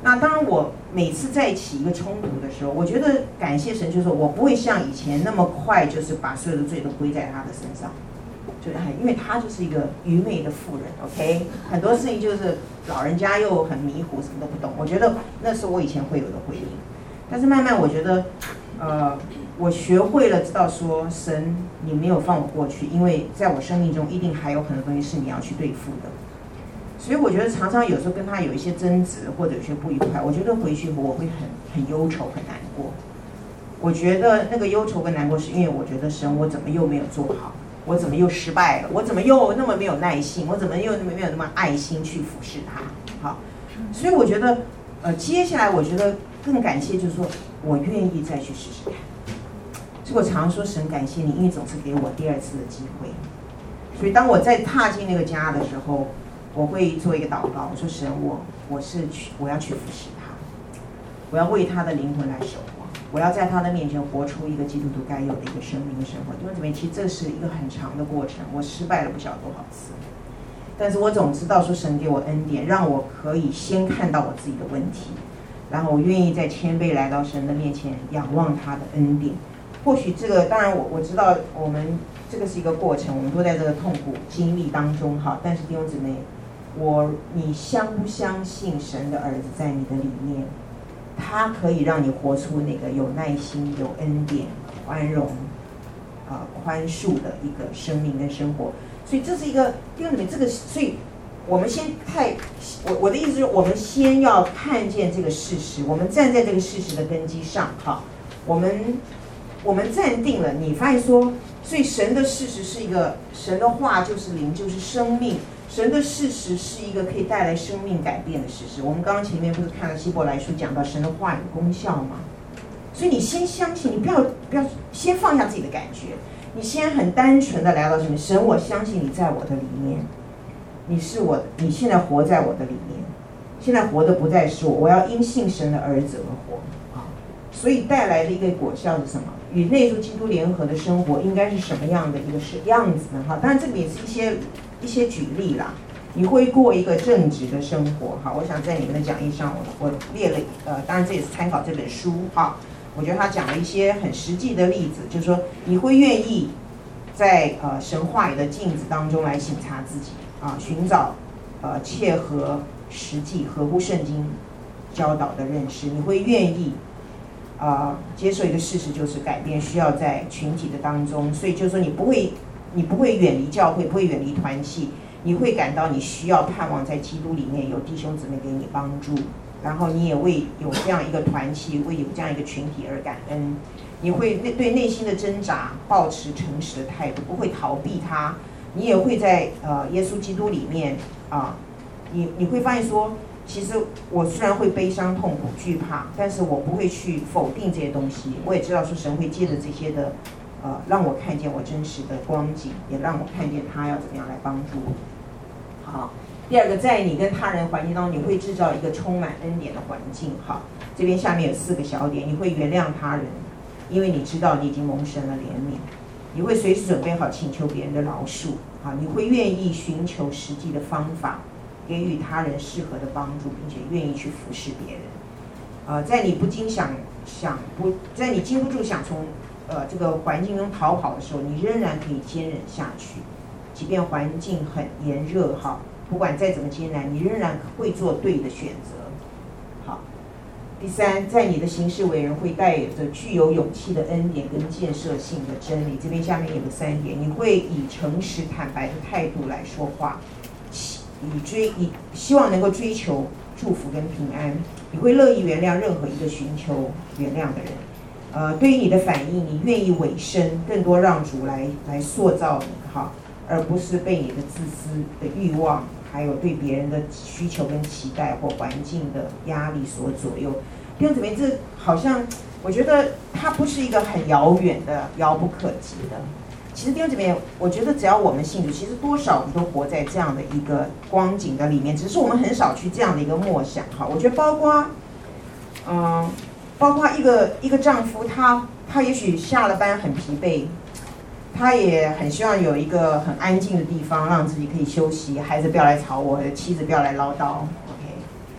那当然，我每次在起一个冲突的时候，我觉得感谢神，就是说我不会像以前那么快，就是把所有的罪都归在他的身上，就是因为他就是一个愚昧的妇人 ，OK， 很多事情就是老人家又很迷糊，什么都不懂。我觉得那是我以前会有的回应，但是慢慢我觉得，呃，我学会了知道说，神你没有放我过去，因为在我生命中一定还有很多东西是你要去对付的。所以我觉得常常有时候跟他有一些争执或者有些不愉快，我觉得回去我会很很忧愁很难过。我觉得那个忧愁跟难过是因为我觉得神我怎么又没有做好，我怎么又失败了，我怎么又那么没有耐心，我怎么又那么没有那么爱心去服侍他。好，所以我觉得呃接下来我觉得更感谢就是说我愿意再去试试看。所以我常说神感谢你，因为总是给我第二次的机会。所以当我再踏进那个家的时候，我会做一个祷告，我说神我我是去我要去服侍他，我要为他的灵魂来守望，我要在他的面前活出一个基督徒该有的一个生命的生活。因为怎么其实这是一个很长的过程，我失败了不晓得多少次，但是我总知道说神给我恩典，让我可以先看到我自己的问题，然后我愿意在谦卑来到神的面前仰望他的恩典。或许这个当然我我知道我们这个是一个过程，我们都在这个痛苦经历当中哈，但是弟兄姊妹，我你相不相信神的儿子在你的里面，他可以让你活出那个有耐心、有恩典、宽容、呃宽恕的一个生命跟生活。所以这是一个弟兄姊妹，这个所以我们先太我我的意思是，我们先要看见这个事实，我们站在这个事实的根基上哈，我们我们站定了，你发现说，所以神的事实是一个，神的话就是灵，就是生命。神的事实是一个可以带来生命改变的事实。我们刚刚前面不是看了希伯来书讲到神的话有功效吗？所以你先相信，你不要不要先放下自己的感觉，你先很单纯的来到神，神我相信你在我的里面，你是我，你现在活在我的里面，现在活的不再是我，我要因信神的儿子而活啊。所以带来的一个果效是什么？与内住基督联合的生活应该是什么样的一个是样子呢？哈，当然这个也是一些一些举例啦。你会过一个正直的生活，哈，我想在你们的讲义上我，我列了，呃，当然这也是参考这本书，哈，我觉得他讲了一些很实际的例子，就是说你会愿意在呃神话语的镜子当中来省察自己啊，寻找呃切合实际、合乎圣经教导的认识，你会愿意。呃，接受一个事实，就是改变需要在群体的当中，所以就是说你不会，你不会远离教会，不会远离团契，你会感到你需要盼望在基督里面有弟兄姊妹给你帮助，然后你也为有这样一个团契，为有这样一个群体而感恩，你会对内心的挣扎抱持诚实的态度，不会逃避它，你也会在呃耶稣基督里面啊、呃，你你会发现说。其实我虽然会悲伤、痛苦、惧怕，但是我不会去否定这些东西。我也知道说神会借着这些的，呃，让我看见我真实的光景，也让我看见他要怎么样来帮助我。好，第二个，在你跟他人环境当中，你会制造一个充满恩典的环境。好，这边下面有四个小点，你会原谅他人，因为你知道你已经蒙神了怜悯。你会随时准备好请求别人的饶恕。啊，你会愿意寻求实际的方法。给予他人适合的帮助，并且愿意去服侍别人。呃，在你不禁想想不，在你禁不住想从呃这个环境中逃跑的时候，你仍然可以坚忍下去，即便环境很炎热哈，不管再怎么艰难，你仍然会做对的选择。好，第三，在你的行事为人会带着具有勇气的恩典跟建设性的真理。这边下面有个三点，你会以诚实坦白的态度来说话。以追以希望能够追求祝福跟平安，你会乐意原谅任何一个寻求原谅的人。呃，对于你的反应，你愿意委身，更多让主来来塑造你哈，而不是被你的自私的欲望，还有对别人的需求跟期待或环境的压力所左右。弟兄姊妹，这好像我觉得它不是一个很遥远的、遥不可及的。其实弟兄姊妹，我觉得只要我们信主，其实多少我们都活在这样的一个光景的里面，只是我们很少去这样的一个默想哈。我觉得包括，嗯、呃，包括一个一个丈夫，他他也许下了班很疲惫，他也很希望有一个很安静的地方，让自己可以休息，孩子不要来吵我，妻子不要来唠叨 ，OK。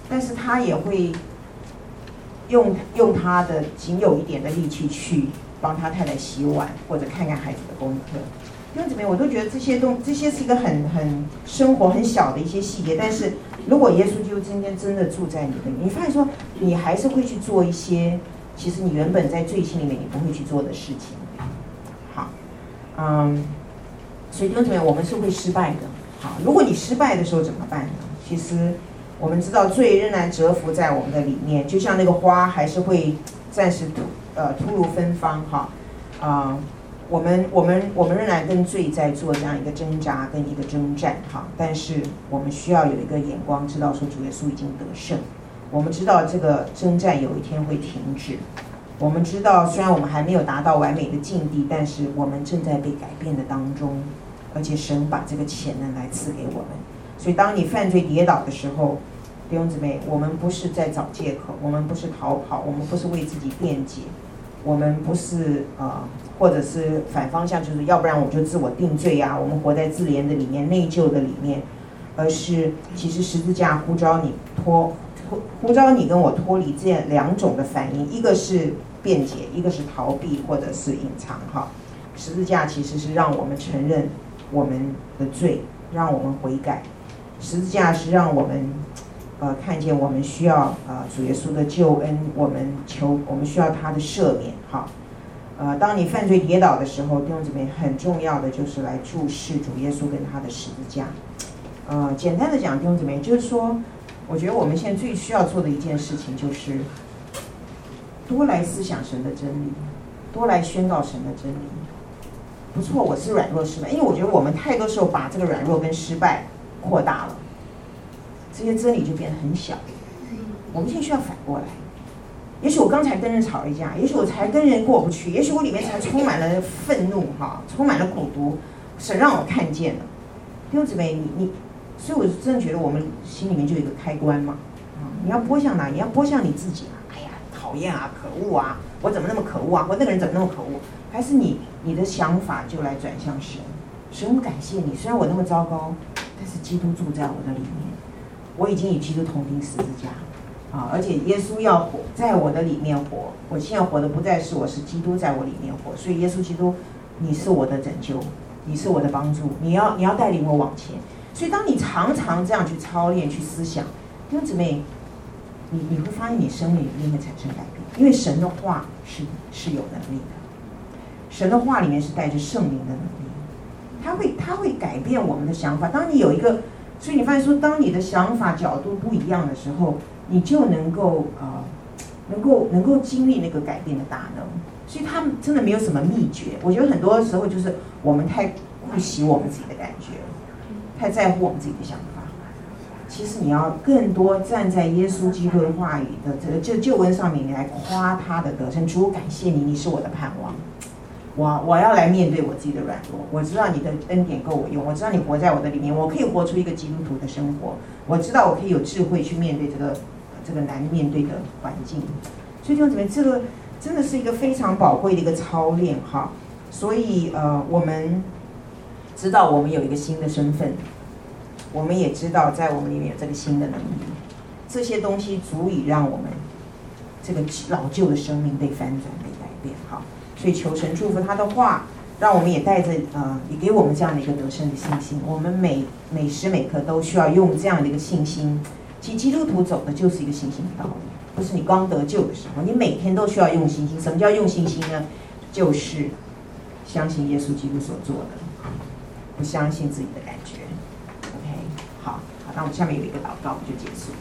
但是他也会用用他的仅有一点的力气去帮他太太洗碗，或者看看孩子的功课。弟兄姊妹，我都觉得这些东这些是一个很很生活很小的一些细节，但是如果耶稣基督今天真的住在你的里面，你发现说你还是会去做一些其实你原本在罪心里面你不会去做的事情。好，嗯，所以弟兄姊妹，我们是会失败的。好，如果你失败的时候怎么办呢？其实我们知道罪仍然蛰伏在我们的里面，就像那个花还是会暂时突呃突如芬芳哈啊。呃我们我们我们仍然跟罪在做这样一个挣扎跟一个征战哈，但是我们需要有一个眼光，知道说主耶稣已经得胜。我们知道这个征战有一天会停止。我们知道虽然我们还没有达到完美的境地，但是我们正在被改变的当中，而且神把这个潜能来赐给我们。所以当你犯罪跌倒的时候，弟兄姊妹，我们不是在找借口，我们不是逃跑，我们不是为自己辩解，我们不是呃。或者是反方向，就是要不然我们就自我定罪啊，我们活在自怜的里面、内疚的里面，而是其实十字架呼召你脱呼召你跟我脱离这两种的反应，一个是辩解，一个是逃避或者是隐藏哈。十字架其实是让我们承认我们的罪，让我们悔改。十字架是让我们呃看见我们需要呃主耶稣的救恩，我们求我们需要他的赦免哈。呃，当你犯罪跌倒的时候，弟兄姊妹，很重要的就是来注视主耶稣跟他的十字架。呃，简单的讲，弟兄姊妹，就是说，我觉得我们现在最需要做的一件事情，就是多来思想神的真理，多来宣告神的真理。不错，我是软弱失败，因为我觉得我们太多时候把这个软弱跟失败扩大了，这些真理就变得很小。我们现在需要反过来。也许我刚才跟人吵了一架，也许我才跟人过不去，也许我里面才充满了愤怒哈，充满了苦毒，神让我看见了。弟兄姊妹，你你，所以我真的觉得我们心里面就有一个开关嘛，啊，你要拨向哪？你要拨向你自己啊！哎呀，讨厌啊，可恶啊，我怎么那么可恶啊？或那个人怎么那么可恶？还是你你的想法就来转向神，神，我感谢你，虽然我那么糟糕，但是基督住在我的里面，我已经与基督同钉十字架。啊！而且耶稣要活在我的里面活，我现在活的不再是我，是基督在我里面活。所以耶稣基督，你是我的拯救，你是我的帮助，你要你要带领我往前。所以当你常常这样去操练、去思想，弟兄姊妹，你你会发现你生命里面会产生改变，因为神的话是是有能力的，神的话里面是带着圣灵的能力，他会他会改变我们的想法。当你有一个，所以你发现说，当你的想法角度不一样的时候，你就能够呃，能够能够经历那个改变的大能。所以他们真的没有什么秘诀。我觉得很多时候就是我们太顾惜我们自己的感觉，太在乎我们自己的想法。其实你要更多站在耶稣基督的话语的这个救救恩上面，你来夸他的得胜。主，感谢你，你是我的盼望。我我要来面对我自己的软弱，我知道你的恩典够我用，我知道你活在我的里面，我可以活出一个基督徒的生活，我知道我可以有智慧去面对这个这个难面对的环境。所以弟兄姊妹，这个真的是一个非常宝贵的一个操练哈。所以呃，我们知道我们有一个新的身份，我们也知道在我们里面有这个新的能力，这些东西足以让我们这个老旧的生命被翻转、被改变哈。所以求神祝福他的话，让我们也带着呃，也给我们这样的一个得胜的信心。我们每每时每刻都需要用这样的一个信心。其实基督徒走的就是一个信心的道路，不是你刚得救的时候，你每天都需要用信心。什么叫用信心呢？就是相信耶稣基督所做的，不相信自己的感觉。OK， 好，好，那我们下面有一个祷告，我们就结束了。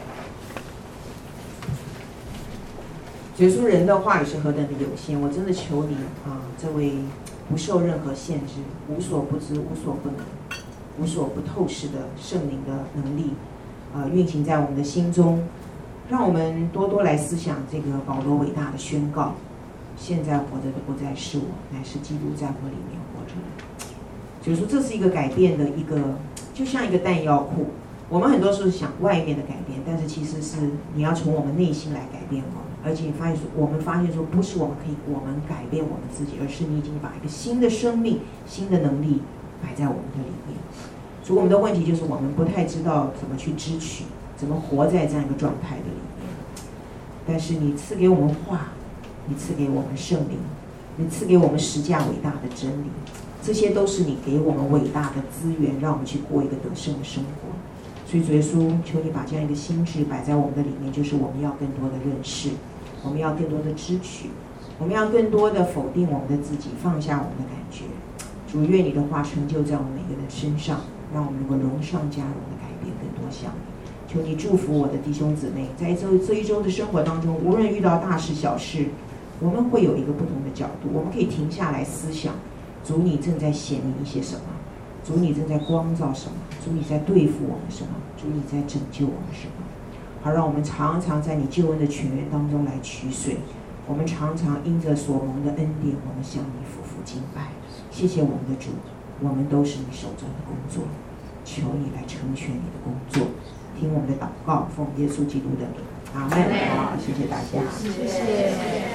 耶稣人的话语是何等的有限，我真的求你啊，这位不受任何限制、无所不知、无所不能、无所不透视的圣灵的能力，啊，运行在我们的心中，让我们多多来思想这个保罗伟大的宣告：现在活着的不再是我，乃是基督在我里面活着。就是说，这是一个改变的一个，就像一个弹药库。我们很多时候想外面的改变，但是其实是你要从我们内心来改变我们。而且发现说，我们发现说，不是我们可以我们改变我们自己，而是你已经把一个新的生命、新的能力摆在我们的里面。所以我们的问题就是，我们不太知道怎么去支取这怎么活在这样一个状态的里面。但是你赐给我们话，你赐给我们圣灵，你赐给我们十架伟大的真理，这些都是你给我们伟大的资源，让我们去过一个得胜的生活。所以主耶稣，求你把这样一个心志摆在我们的里面，就是我们要更多的认识，我们要更多的支取，我们要更多的否定我们的自己，放下我们的感觉。主，愿你的话成就在我们每个人身上，让我们能够荣上加荣的改变，更多像你。求你祝福我的弟兄姊妹，在这这一周的生活当中，无论遇到大事小事，我们会有一个不同的角度，我们可以停下来思想，主你正在显明一些什么，主你正在光照什么，主你在对付我们什么，主你在拯救我们什么。好，让我们常常在你救恩的泉源当中来取水，我们常常因着所蒙的恩典，我们向你俯伏敬拜。谢谢我们的主，我们都是你手中的工作，求你来成全你的工作，听我们的祷告，奉耶稣基督的名，阿们。好，谢谢大家，谢谢。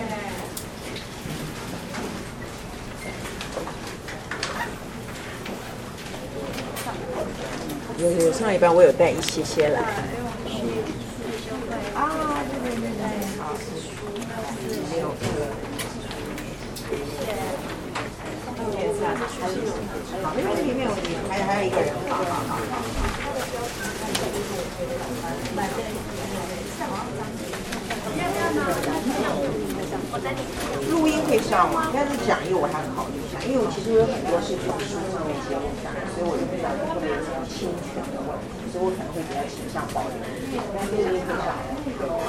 有有上一班我有带一些些来。啊，对对对对，好，没有这个。好，没问题，没有问题，还还有一个人，好好好好。录音可以上吗？但是讲义我还考虑一下，因为我其实有很多是从书上面节录下来，所以我就不想特别侵权的问题，所以我可能会比较倾向保留。但录音可以上。